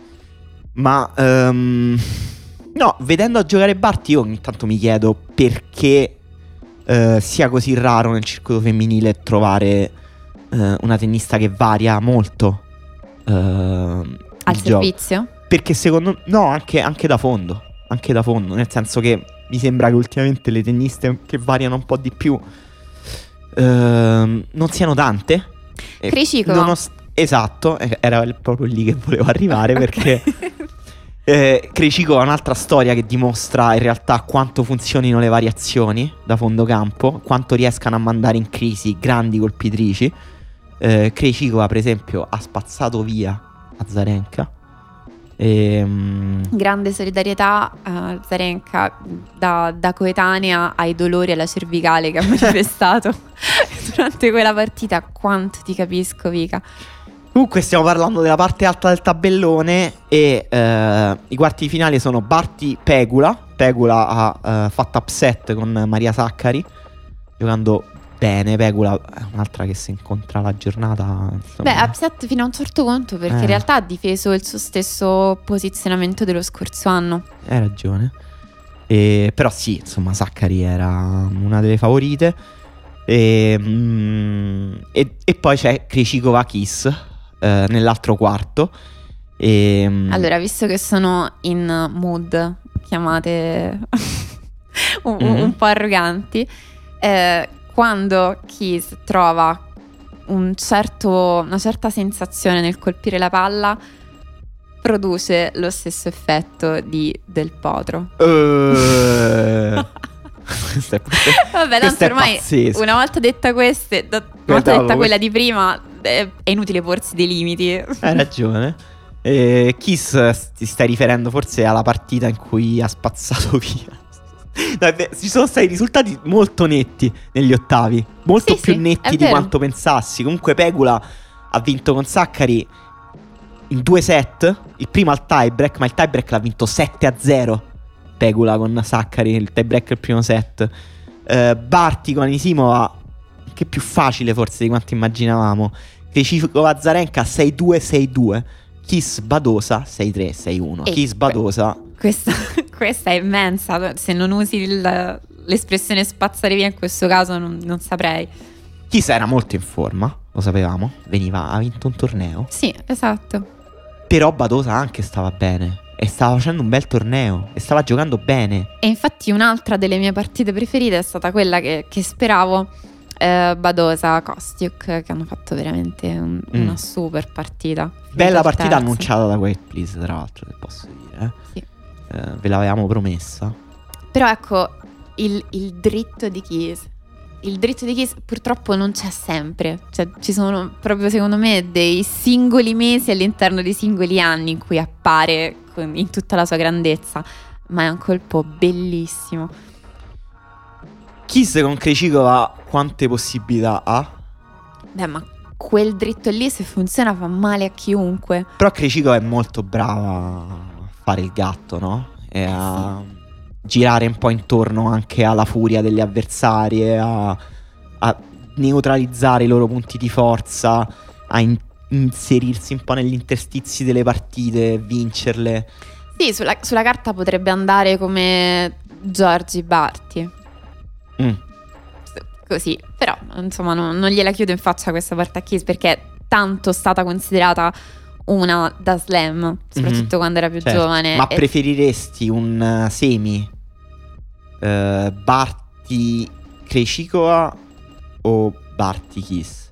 B: Ma um... no, vedendo a giocare Barty io ogni tanto mi chiedo perché eh, sia così raro nel circuito femminile trovare eh, una tennista che varia molto eh,
A: al servizio?
B: Gioco. Perché secondo me, no, anche, anche da fondo, anche da fondo, nel senso che mi sembra che ultimamente le tenniste che variano un po' di più eh, non siano tante.
A: Krejcikova.
B: Nonost- esatto, era proprio lì che volevo arrivare perché eh, Krejcikova è un'altra storia che dimostra in realtà quanto funzionino le variazioni da fondo campo, quanto riescano a mandare in crisi grandi colpitrici. eh, Krejcikova per esempio ha spazzato via Azarenka. Ehm...
A: Grande solidarietà a Azarenka da, da coetanea ai dolori alla cervicale che ha manifestato durante quella partita. Quanto ti capisco, Vika.
B: Comunque stiamo parlando della parte alta del tabellone e eh, i quarti di finale sono Barty-Pegula. Pegula ha eh, fatto upset con Maria Sakkari, giocando bene. Pegula è un'altra che si incontra la giornata, insomma.
A: Beh, upset fino a un certo punto, perché
B: Eh.
A: in realtà ha difeso il suo stesso posizionamento dello scorso anno.
B: Hai ragione. E, però sì, insomma, Sakkari era una delle favorite. E, mm, e, e poi c'è Krejcikova Kiss eh, nell'altro quarto. E, mm,
A: Allora, visto che sono in mood, chiamate un, un-
B: Mhm.
A: un po' arroganti, eh, quando Keys trova un certo, una certa sensazione nel colpire la palla, produce lo stesso effetto di Del Potro.
B: eh, questo è-
A: Vabbè,
B: questo
A: tanto
B: è
A: ormai
B: pazzesco.
A: una volta detta queste, da- una volta
B: Guardavo
A: detta quella
B: questo.
A: di prima, eh, è inutile porsi dei limiti.
B: Hai ragione. Eh, Kiss eh, ti stai riferendo forse alla partita in cui ha spazzato via. Dai, beh, ci sono stati risultati molto netti negli ottavi, molto
A: Sì,
B: più
A: sì, è
B: netti di
A: vero.
B: quanto pensassi. Comunque Pegula ha vinto con Sakkari in due set. Il primo al tiebreak, ma il tiebreak l'ha vinto sette a zero. Pegula con Sakkari, il tiebreak è il primo set. eh, Barty con Anisimova, che più facile forse di quanto immaginavamo. Krejcikova Azarenka sei due sei due. Kiss Badosa sei tre sei uno.
A: E
B: Kiss Badosa
A: Questa, questa è immensa. Se non usi il- l'espressione spazzare via in questo caso, non, non saprei.
B: Kiss era molto in forma, lo sapevamo. Veniva, ha vinto un torneo.
A: Sì, esatto.
B: Però Badosa anche stava bene. E stava facendo un bel torneo. E stava giocando bene.
A: E infatti un'altra delle mie partite preferite è stata quella che, che speravo, eh, Badosa Kostiuk, che hanno fatto veramente un-
B: Mm.
A: una super partita.
B: Bella
A: Finita
B: partita
A: terza.
B: annunciata da Quiet Please, tra l'altro, che posso dire. eh.
A: Sì.
B: Eh, ve l'avevamo promessa.
A: Però ecco, il, il dritto di Keys. Il dritto di Keys purtroppo non c'è sempre. Cioè, ci sono proprio, secondo me, dei singoli mesi all'interno dei singoli anni in cui appare con- in tutta la sua grandezza. Ma è un colpo bellissimo.
B: Kiss con Krejcikova quante possibilità ha?
A: Beh, ma quel dritto lì, se funziona, fa male a chiunque.
B: Però Krejcikova è molto brava a fare il gatto, no? E a girare un po' intorno anche alla furia degli avversari, e a, a neutralizzare i loro punti di forza, a in- inserirsi un po' negli interstizi delle partite, vincerle.
A: Sì, sulla, sulla carta potrebbe andare come Giorgi Barty.
B: Mm.
A: Così, però insomma non, non gliela chiudo in faccia questa parte a Keys, perché è tanto stata considerata una da slam, soprattutto
B: Mhm.
A: quando era più
B: Certo.
A: giovane.
B: Ma
A: e-
B: preferiresti un uh, semi uh, Barty Krejcikova o Barty Kiss?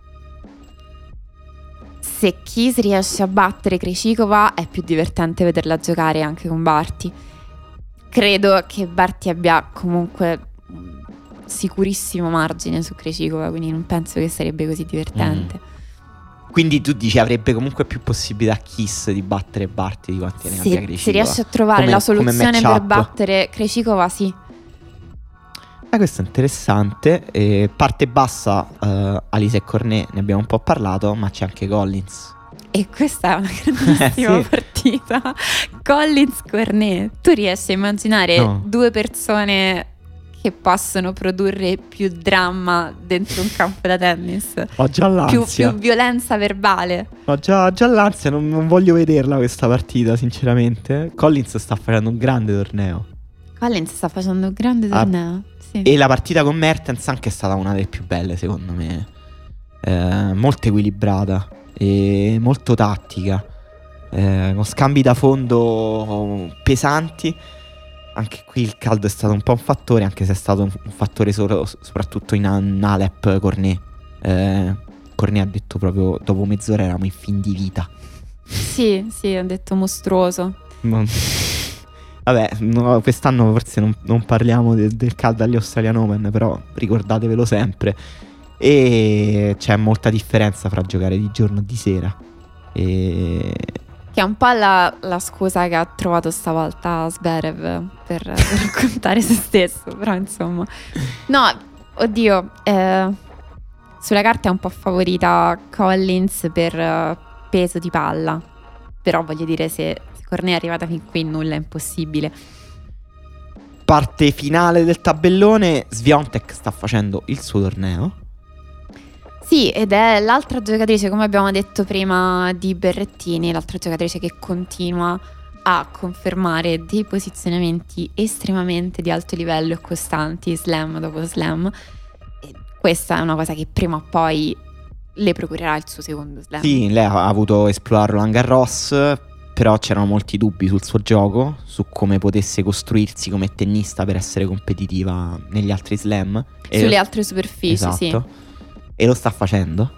A: Se Keys riesce a battere Krejcikova è più divertente vederla giocare anche con Barty. Credo che Barty abbia comunque un sicurissimo margine su Krejcikova, quindi non penso che sarebbe così divertente.
B: Quindi tu dici avrebbe comunque più possibilità Kiss di battere Barty di quanti ne abbia
A: Se,
B: Krejcikova?
A: se riesce a trovare
B: Come-
A: la
B: come
A: soluzione per
B: matchup.
A: battere Krejcikova, sì.
B: Ah, questo è interessante. Eh, parte bassa, eh, Alice e Cornet, ne abbiamo un po' parlato, ma c'è anche Collins.
A: E questa è una grandissima
B: Eh, sì.
A: partita. Collins Cornet. Tu riesci a immaginare
B: No.
A: due persone che possono produrre più dramma dentro un campo da tennis?
B: Ho già
A: Più,
B: l'ansia.
A: più violenza verbale.
B: Ho già, già l'ansia, non, non voglio vederla questa partita, sinceramente. Collins sta facendo un grande torneo.
A: Collins sta facendo un grande
B: Ah,
A: torneo. Sì.
B: E la partita con Mertens anche è stata una delle più belle, secondo me. Eh, molto equilibrata e molto tattica. Eh, con scambi da fondo pesanti. Anche qui il caldo è stato un po' un fattore, anche se è stato un, un fattore solo, soprattutto in, in Alep Cornet. Eh, Cornet Cornet ha detto proprio dopo mezz'ora eravamo in fin di vita.
A: Sì, sì, ha detto mostruoso.
B: Non... Vabbè, no, quest'anno forse non, non parliamo de, del caldo agli Australian Open, però ricordatevelo sempre. E c'è molta differenza fra giocare di giorno e di sera. E...
A: Che è un po' la, la scusa che ha trovato stavolta Zverev per, per raccontare se stesso, però insomma. No, oddio, eh, sulla carta è un po' favorita Collins per uh, peso di palla, però voglio dire, se, se Cornet è arrivata fin qui nulla è impossibile.
B: Parte finale del tabellone, Swiatek sta facendo il suo torneo.
A: Sì, ed è l'altra giocatrice, come abbiamo detto prima di Berrettini, l'altra giocatrice che continua a confermare dei posizionamenti estremamente di alto livello e costanti, slam dopo slam. E questa è una cosa che prima o poi le procurerà il suo secondo slam.
B: Sì, lei ha avuto esplorar Roland Garros, però c'erano molti dubbi sul suo gioco, su come potesse costruirsi come tennista per essere competitiva negli altri slam.
A: Sulle
B: e...
A: altre superfici,
B: esatto.
A: Sì.
B: E lo sta facendo.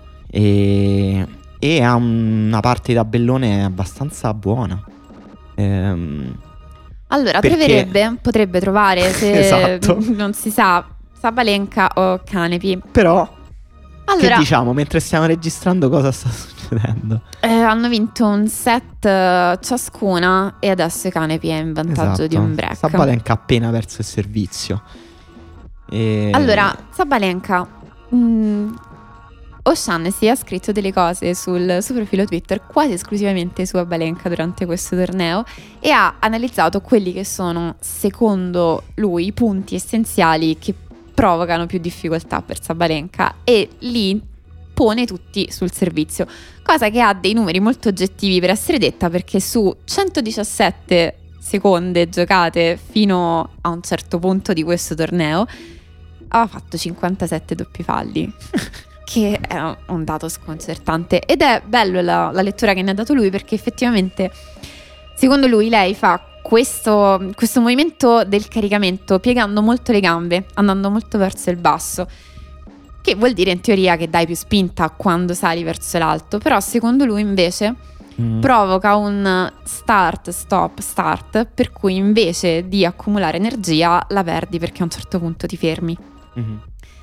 B: E, e ha una parte di tabellone abbastanza buona. Ehm,
A: allora,
B: perché...
A: troverebbe, potrebbe trovare, se
B: esatto.
A: non si sa, Sabalenka o Kanepi.
B: Però,
A: allora,
B: che diciamo, mentre stiamo registrando cosa sta succedendo?
A: Eh, hanno vinto un set uh, ciascuna e adesso Kanepi è in vantaggio
B: esatto.
A: di un break.
B: Sabalenka ha appena perso il servizio. E...
A: Allora, Sabalenka... Mm, O'Shaughnessy ha scritto delle cose sul suo profilo Twitter quasi esclusivamente su Sabalenka durante questo torneo e ha analizzato quelli che sono, secondo lui, i punti essenziali che provocano più difficoltà per Sabalenka e li pone tutti sul servizio, cosa che ha dei numeri molto oggettivi per essere detta, perché su centodiciassette seconde giocate fino a un certo punto di questo torneo aveva fatto cinquantasette doppi falli. Che è un dato sconcertante ed è bello la, la lettura che ne ha dato lui, perché effettivamente secondo lui lei fa questo, questo movimento del caricamento piegando molto le gambe, andando molto verso il basso, che vuol dire in teoria che dai più spinta quando sali verso l'alto, però secondo lui invece mm. provoca un start stop start, per cui invece di accumulare energia la perdi perché a un certo punto ti fermi. Mm-hmm.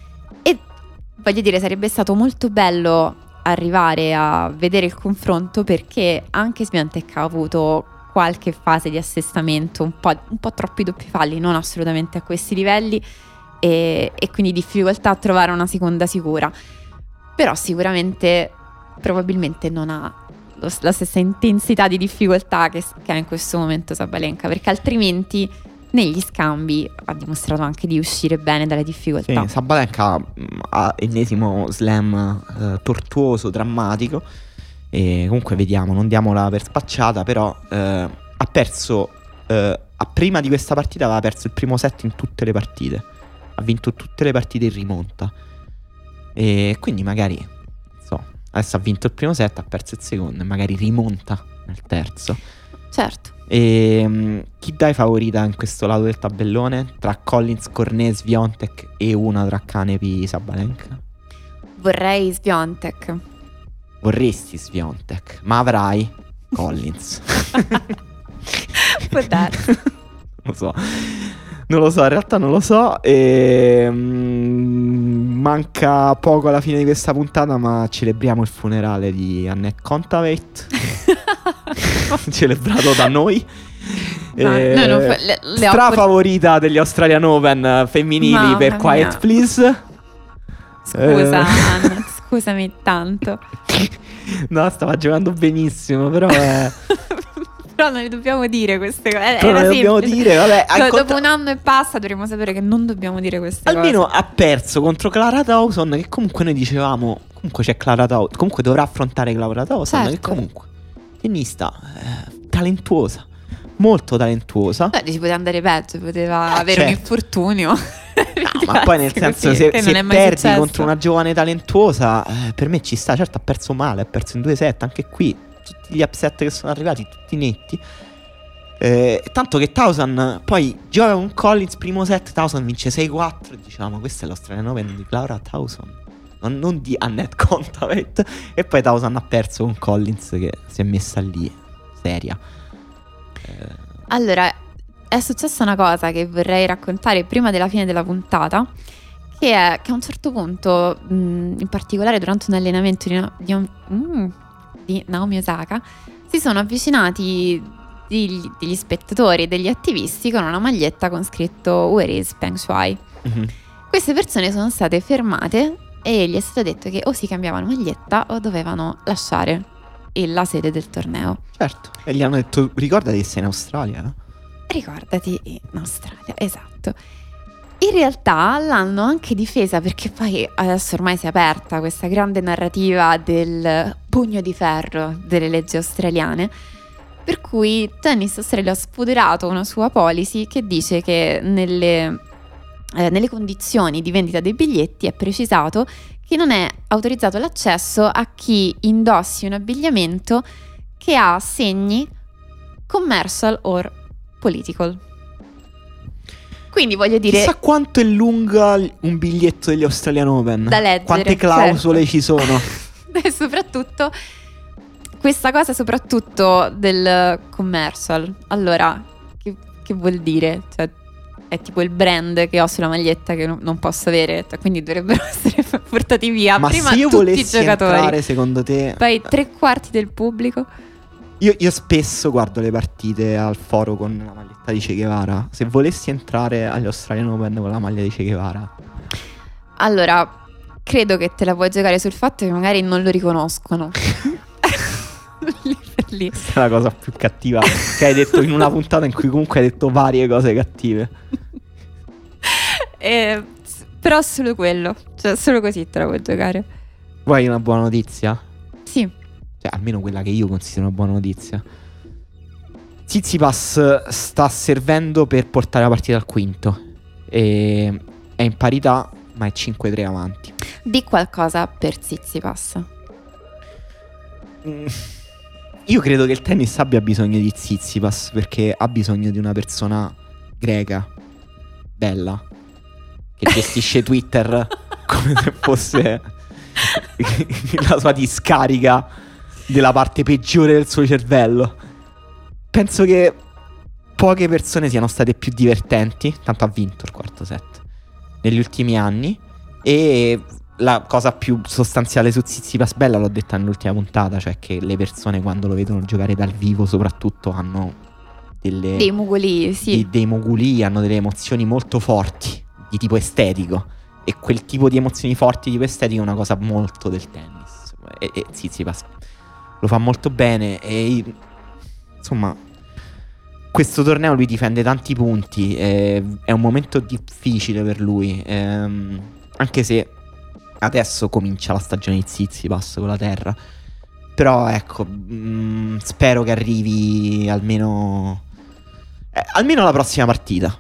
A: E voglio dire, sarebbe stato molto bello arrivare a vedere il confronto, perché anche Swiatek ha avuto qualche fase di assestamento, un po', un po' troppi doppi falli, non assolutamente a questi livelli, e, e quindi difficoltà a trovare una seconda sicura. Però sicuramente, probabilmente non ha lo, la stessa intensità di difficoltà che, che ha in questo momento Sabalenka, perché altrimenti negli scambi ha dimostrato anche di uscire bene dalle difficoltà.
B: Sì, Sabalenka ha ennesimo slam eh, tortuoso, drammatico. E comunque vediamo, non diamola per spacciata, però eh, ha perso eh, a prima di questa partita aveva perso il primo set in tutte le partite, ha vinto tutte le partite in rimonta, e quindi magari so, adesso ha vinto il primo set, ha perso il secondo e magari rimonta nel terzo.
A: Certo.
B: E um, chi dai favorita in questo lato del tabellone tra Collins, Cornet, Swiatek e una tra Kanepi e Sabalenka?
A: Vorrei Swiatek.
B: Vorresti Swiatek, ma avrai Collins.
A: Può darsi.
B: Non lo so. Non lo so, in realtà non lo so. E, um, manca poco alla fine di questa puntata, ma celebriamo il funerale di Annette Kontaveit. Celebrato da noi.
A: No,
B: eh,
A: no, no, le, le
B: strafavorita port- degli Australian Open femminili. Mamma per mia. Quiet Please.
A: Scusa,
B: eh.
A: Anna, scusami tanto.
B: No, stava giocando benissimo, però è...
A: Però non le dobbiamo dire queste cose.
B: Però non le dobbiamo dire, vabbè,
A: cioè,
B: contra...
A: dopo un anno e passa dovremmo sapere che non dobbiamo dire queste
B: Almeno
A: cose.
B: Almeno ha perso contro Clara Towson, che comunque noi dicevamo, comunque c'è Clara Towson, comunque dovrà affrontare Clara Towson, certo. Che comunque tennista eh, talentuosa, molto talentuosa.
A: Beh, ci poteva andare peggio, poteva
B: eh,
A: avere
B: certo.
A: un infortunio.
B: No, ma poi nel senso,
A: così,
B: se, se perdi
A: successo.
B: contro una giovane talentuosa, eh, per me ci sta. Certo, ha perso male, ha perso in due set, anche qui tutti gli upset che sono arrivati, tutti netti. Eh, tanto che Towson poi gioca con Collins primo set, Towson vince sei quattro, e diciamo, questa è l'Australian Open di Clara Towson. non, non di a net contact. E poi Towson ha perso con Collins, che si è messa lì seria.
A: eh. Allora, è successa una cosa che vorrei raccontare prima della fine della puntata, che è che a un certo punto, mh, in particolare durante un allenamento di, di, mm, di Naomi Osaka, si sono avvicinati degli, degli spettatori e degli attivisti con una maglietta con scritto Where is Peng Shuai? Mm-hmm. Queste persone sono state fermate e gli è stato detto che o si cambiavano maglietta o dovevano lasciare la sede del torneo.
B: Certo. E gli hanno detto: ricordati che sei in Australia, no?
A: Ricordati in Australia, esatto. In realtà l'hanno anche difesa, perché poi adesso ormai si è aperta questa grande narrativa del pugno di ferro delle leggi australiane, per cui Tennis Australia ha sfoderato una sua policy che dice che nelle, eh, nelle condizioni di vendita dei biglietti è precisato che non è autorizzato l'accesso a chi indossi un abbigliamento che ha segni commercial or political. Quindi voglio dire,
B: chissà quanto è lunga un biglietto degli Australian Open,
A: da leggere,
B: quante clausole
A: certo.
B: ci sono.
A: E soprattutto questa cosa soprattutto del commercial. Allora, che, che vuol dire? Cioè, è tipo il brand che ho sulla maglietta che non, non posso avere, cioè, quindi dovrebbero essere portati via.
B: Ma
A: prima
B: se io
A: tutti i
B: volessi
A: giocatori,
B: entrare, secondo te,
A: poi tre quarti del pubblico.
B: Io, io spesso guardo le partite al foro con la maglietta di Che Guevara. Se volessi entrare agli Australian Open con la maglia di Che Guevara,
A: allora credo che te la puoi giocare sul fatto che magari non lo riconoscono. Lì per lì.
B: Questa è la cosa più cattiva che hai detto in una puntata in cui comunque hai detto varie cose cattive.
A: eh, Però solo quello, cioè solo così te la puoi giocare.
B: Vuoi una buona notizia?
A: Sì.
B: Cioè, almeno quella che io considero una buona notizia. Tsitsipas sta servendo per portare la partita al quinto. E è in parità, ma è cinque tre avanti.
A: Di qualcosa per Tsitsipas.
B: Mm, io credo che il tennis abbia bisogno di Tsitsipas, perché ha bisogno di una persona greca, bella, che gestisce Twitter come se fosse la sua discarica della parte peggiore del suo cervello. Penso che poche persone siano state più divertenti, tanto ha vinto il quarto set negli ultimi anni. E la cosa più sostanziale su Tsitsipas bella l'ho detta nell'ultima puntata, cioè che le persone quando lo vedono giocare dal vivo soprattutto hanno delle,
A: dei muguli, sì,
B: di, dei muguli, hanno delle emozioni molto forti di tipo estetico, e quel tipo di emozioni forti di tipo estetico è una cosa molto del tennis, e, e Tsitsipas lo fa molto bene. E insomma, questo torneo lui difende tanti punti, eh, è un momento difficile per lui, ehm, anche se adesso comincia la stagione di Tsitsipas con la terra. Però ecco, mh, spero che arrivi almeno eh, almeno la prossima partita.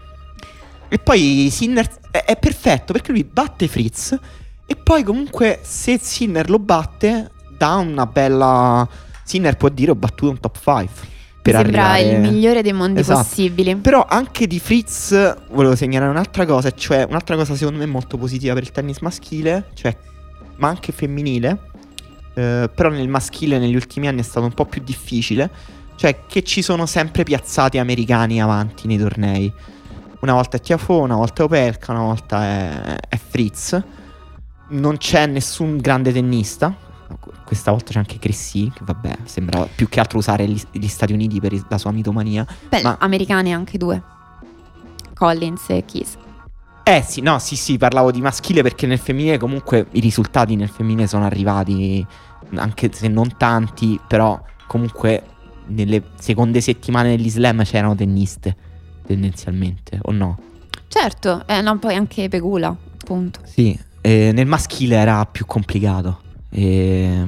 B: E poi Sinner è, è perfetto, perché lui batte Fritz, e poi comunque se Sinner lo batte dà una bella... Sinner può dire: ho battuto un top cinque. Per
A: mi sembra
B: arrivare...
A: il migliore dei mondi, esatto, possibili.
B: Però anche di Fritz volevo segnalare un'altra cosa, cioè un'altra cosa secondo me molto positiva per il tennis maschile, cioè, ma anche femminile, eh, però nel maschile negli ultimi anni è stato un po' più difficile, cioè che ci sono sempre piazzati americani avanti nei tornei. Una volta è Tiafoe, una volta è Opelka, una volta è, è Fritz. Non c'è nessun grande tennista. Questa volta c'è anche Cressy, che vabbè, sembra più che altro usare gli, gli Stati Uniti per la sua mitomania.
A: Beh,
B: ma...
A: americani anche due, Collins e Keys.
B: Eh sì, no, sì sì, parlavo di maschile perché nel femminile comunque i risultati nel femminile sono arrivati, anche se non tanti, però comunque nelle seconde settimane degli slam c'erano tenniste, tendenzialmente, o no?
A: Certo, eh, no, poi anche Pegula, appunto.
B: Sì, eh, nel maschile era più complicato. E,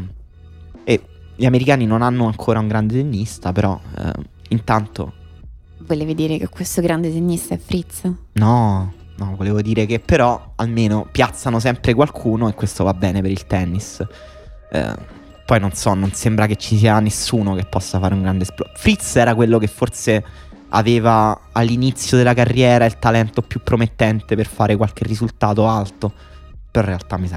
B: e gli americani non hanno ancora un grande tennista, però eh, intanto...
A: Volevi dire che questo grande tennista è Fritz?
B: No, no, volevo dire che però almeno piazzano sempre qualcuno, e questo va bene per il tennis. eh, Poi non so, non sembra che ci sia nessuno che possa fare un grande esploso. Fritz era quello che forse aveva all'inizio della carriera il talento più promettente per fare qualche risultato alto, però in realtà mi sa che avevamo preso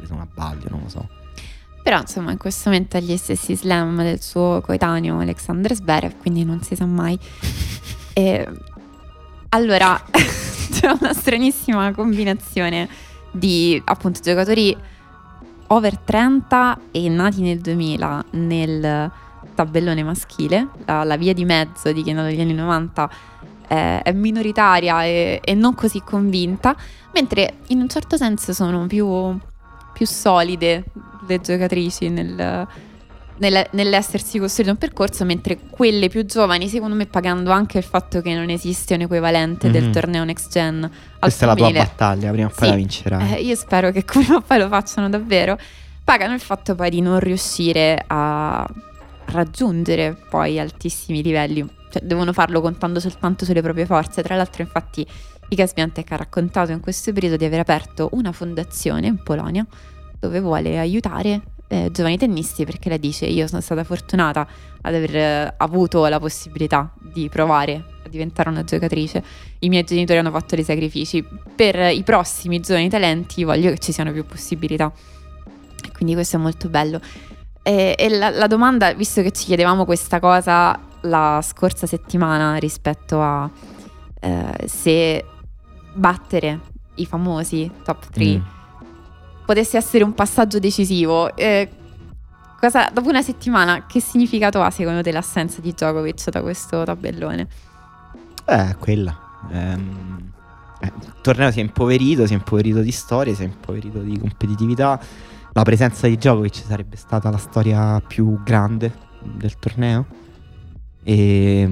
B: se non abbaglio, non lo so.
A: Però insomma in questo momento ha gli stessi slam del suo coetaneo Alexander Zverev, quindi non si sa mai. E allora c'è una stranissima combinazione di appunto giocatori over trenta e nati nel duemila nel tabellone maschile. La, la via di mezzo di chi è nato negli anni novanta eh, è minoritaria e, e non così convinta, mentre in un certo senso sono più, più solide le giocatrici nel, nel, nell'essersi costruito un percorso, mentre quelle più giovani, secondo me, pagando anche il fatto che non esiste un equivalente mm-hmm. del torneo Next Gen al
B: questa
A: femminile.
B: È la tua battaglia, prima o poi
A: sì,
B: la vincerai.
A: Eh, io spero che prima o poi lo facciano davvero. Pagano il fatto poi di non riuscire a raggiungere poi altissimi livelli, cioè devono farlo contando soltanto sulle proprie forze. Tra l'altro, infatti, Iga Świątek ha raccontato in questo periodo di aver aperto una fondazione in Polonia dove vuole aiutare eh, giovani tennisti, perché lei dice: io sono stata fortunata ad aver eh, avuto la possibilità di provare a diventare una giocatrice, i miei genitori hanno fatto dei sacrifici, per i prossimi giovani talenti voglio che ci siano più possibilità, e quindi questo è molto bello. E, e la, la domanda, visto che ci chiedevamo questa cosa la scorsa settimana rispetto a eh, se battere i famosi top tre mm. potesse essere un passaggio decisivo, eh, cosa, dopo una settimana, che significato ha secondo te l'assenza di Djokovic da questo tabellone?
B: Eh, quella ehm, eh, il torneo si è impoverito, si è impoverito di storie, si è impoverito di competitività. La presenza di Djokovic sarebbe stata la storia più grande del torneo, e,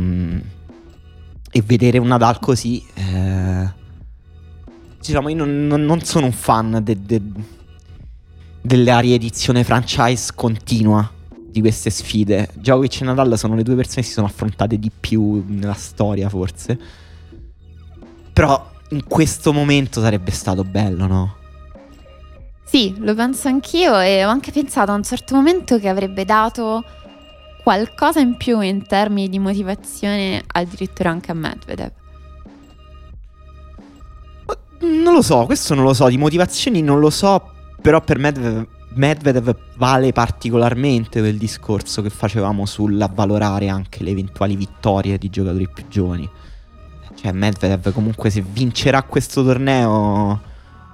B: e vedere un Nadal così, eh, diciamo, io non, non, non sono un fan de, de, della riedizione franchise continua di queste sfide. Djokovic e Nadal sono le due persone che si sono affrontate di più nella storia, forse, però in questo momento sarebbe stato bello, no?
A: Sì, lo penso anch'io, e ho anche pensato a un certo momento che avrebbe dato qualcosa in più in termini di motivazione addirittura anche a Medvedev.
B: Non lo so, questo non lo so, di motivazioni non lo so, però per Medvedev, Medvedev vale particolarmente quel discorso che facevamo sull'avvalorare anche le eventuali vittorie di giocatori più giovani. Cioè Medvedev comunque, se vincerà questo torneo,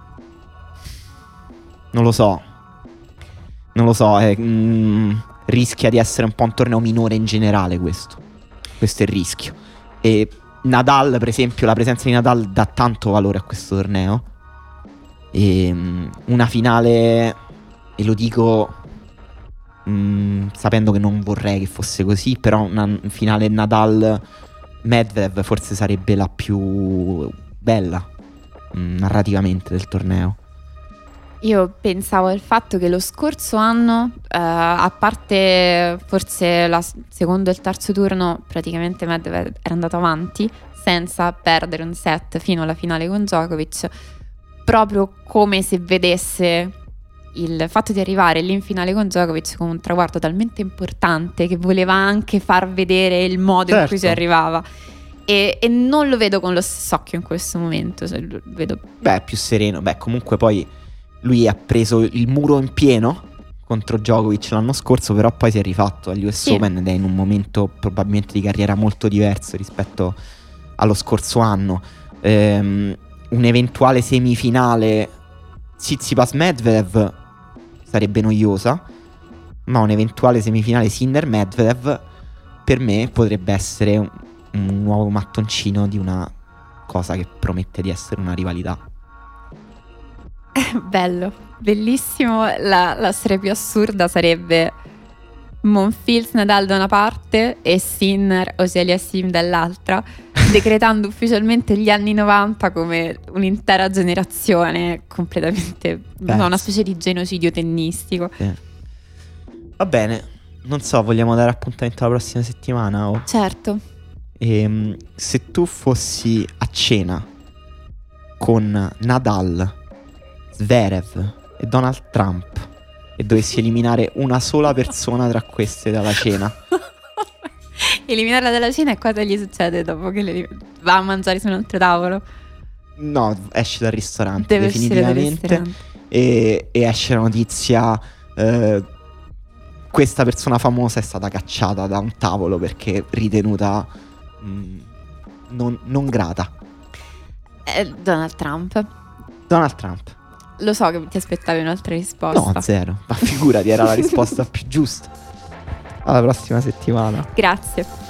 B: non lo so, non lo so, eh, mh, rischia di essere un po' un torneo minore in generale questo. Questo è il rischio. E Nadal, per esempio, la presenza di Nadal dà tanto valore a questo torneo. E mh, una finale, e lo dico mh, sapendo che non vorrei che fosse così, però una finale Nadal-Medvedev forse sarebbe la più bella mh, narrativamente del torneo.
A: Io pensavo al fatto che lo scorso anno, eh, a parte forse il secondo e il terzo turno, praticamente Medvedev era andato avanti senza perdere un set fino alla finale con Djokovic, proprio come se vedesse il fatto di arrivare lì in finale con Djokovic come un traguardo talmente importante che voleva anche far vedere il modo certo. in cui ci arrivava. E, e non lo vedo con lo stesso occhio in questo momento, cioè lo vedo...
B: Beh, più sereno. Beh, comunque poi lui ha preso il muro in pieno contro Djokovic l'anno scorso, però poi si è rifatto agli U S sì. Open ed è in un momento probabilmente di carriera molto diverso rispetto allo scorso anno. Ehm, un'eventuale semifinale Tsitsipas-Medvedev sarebbe noiosa, ma un'eventuale semifinale Sinner-Medvedev per me potrebbe essere un, un nuovo mattoncino di una cosa che promette di essere una rivalità.
A: Bello, bellissimo. La, la storia più assurda sarebbe Monfils Nadal da una parte e Sinner Auger-Aliassime dall'altra, decretando ufficialmente gli anni novanta come un'intera generazione completamente, no, una specie di genocidio tennistico.
B: Sì. Va bene, non so, vogliamo dare appuntamento la prossima settimana? O...
A: Certo.
B: E, se tu fossi a cena con Nadal, Zverev e Donald Trump e dovessi eliminare una sola persona tra queste dalla cena,
A: eliminarla dalla cena, e cosa gli succede dopo che le... va a mangiare su un altro tavolo?
B: No, esci dal ristorante.
A: Deve
B: definitivamente
A: dal ristorante.
B: e, e esce la notizia, eh, questa persona famosa è stata cacciata da un tavolo perché ritenuta mh, non, non grata.
A: Eh, Donald Trump.
B: Donald Trump.
A: Lo so che ti aspettavi un'altra risposta.
B: No, zero. Ma figurati, era la risposta più giusta. Alla prossima settimana.
A: Grazie.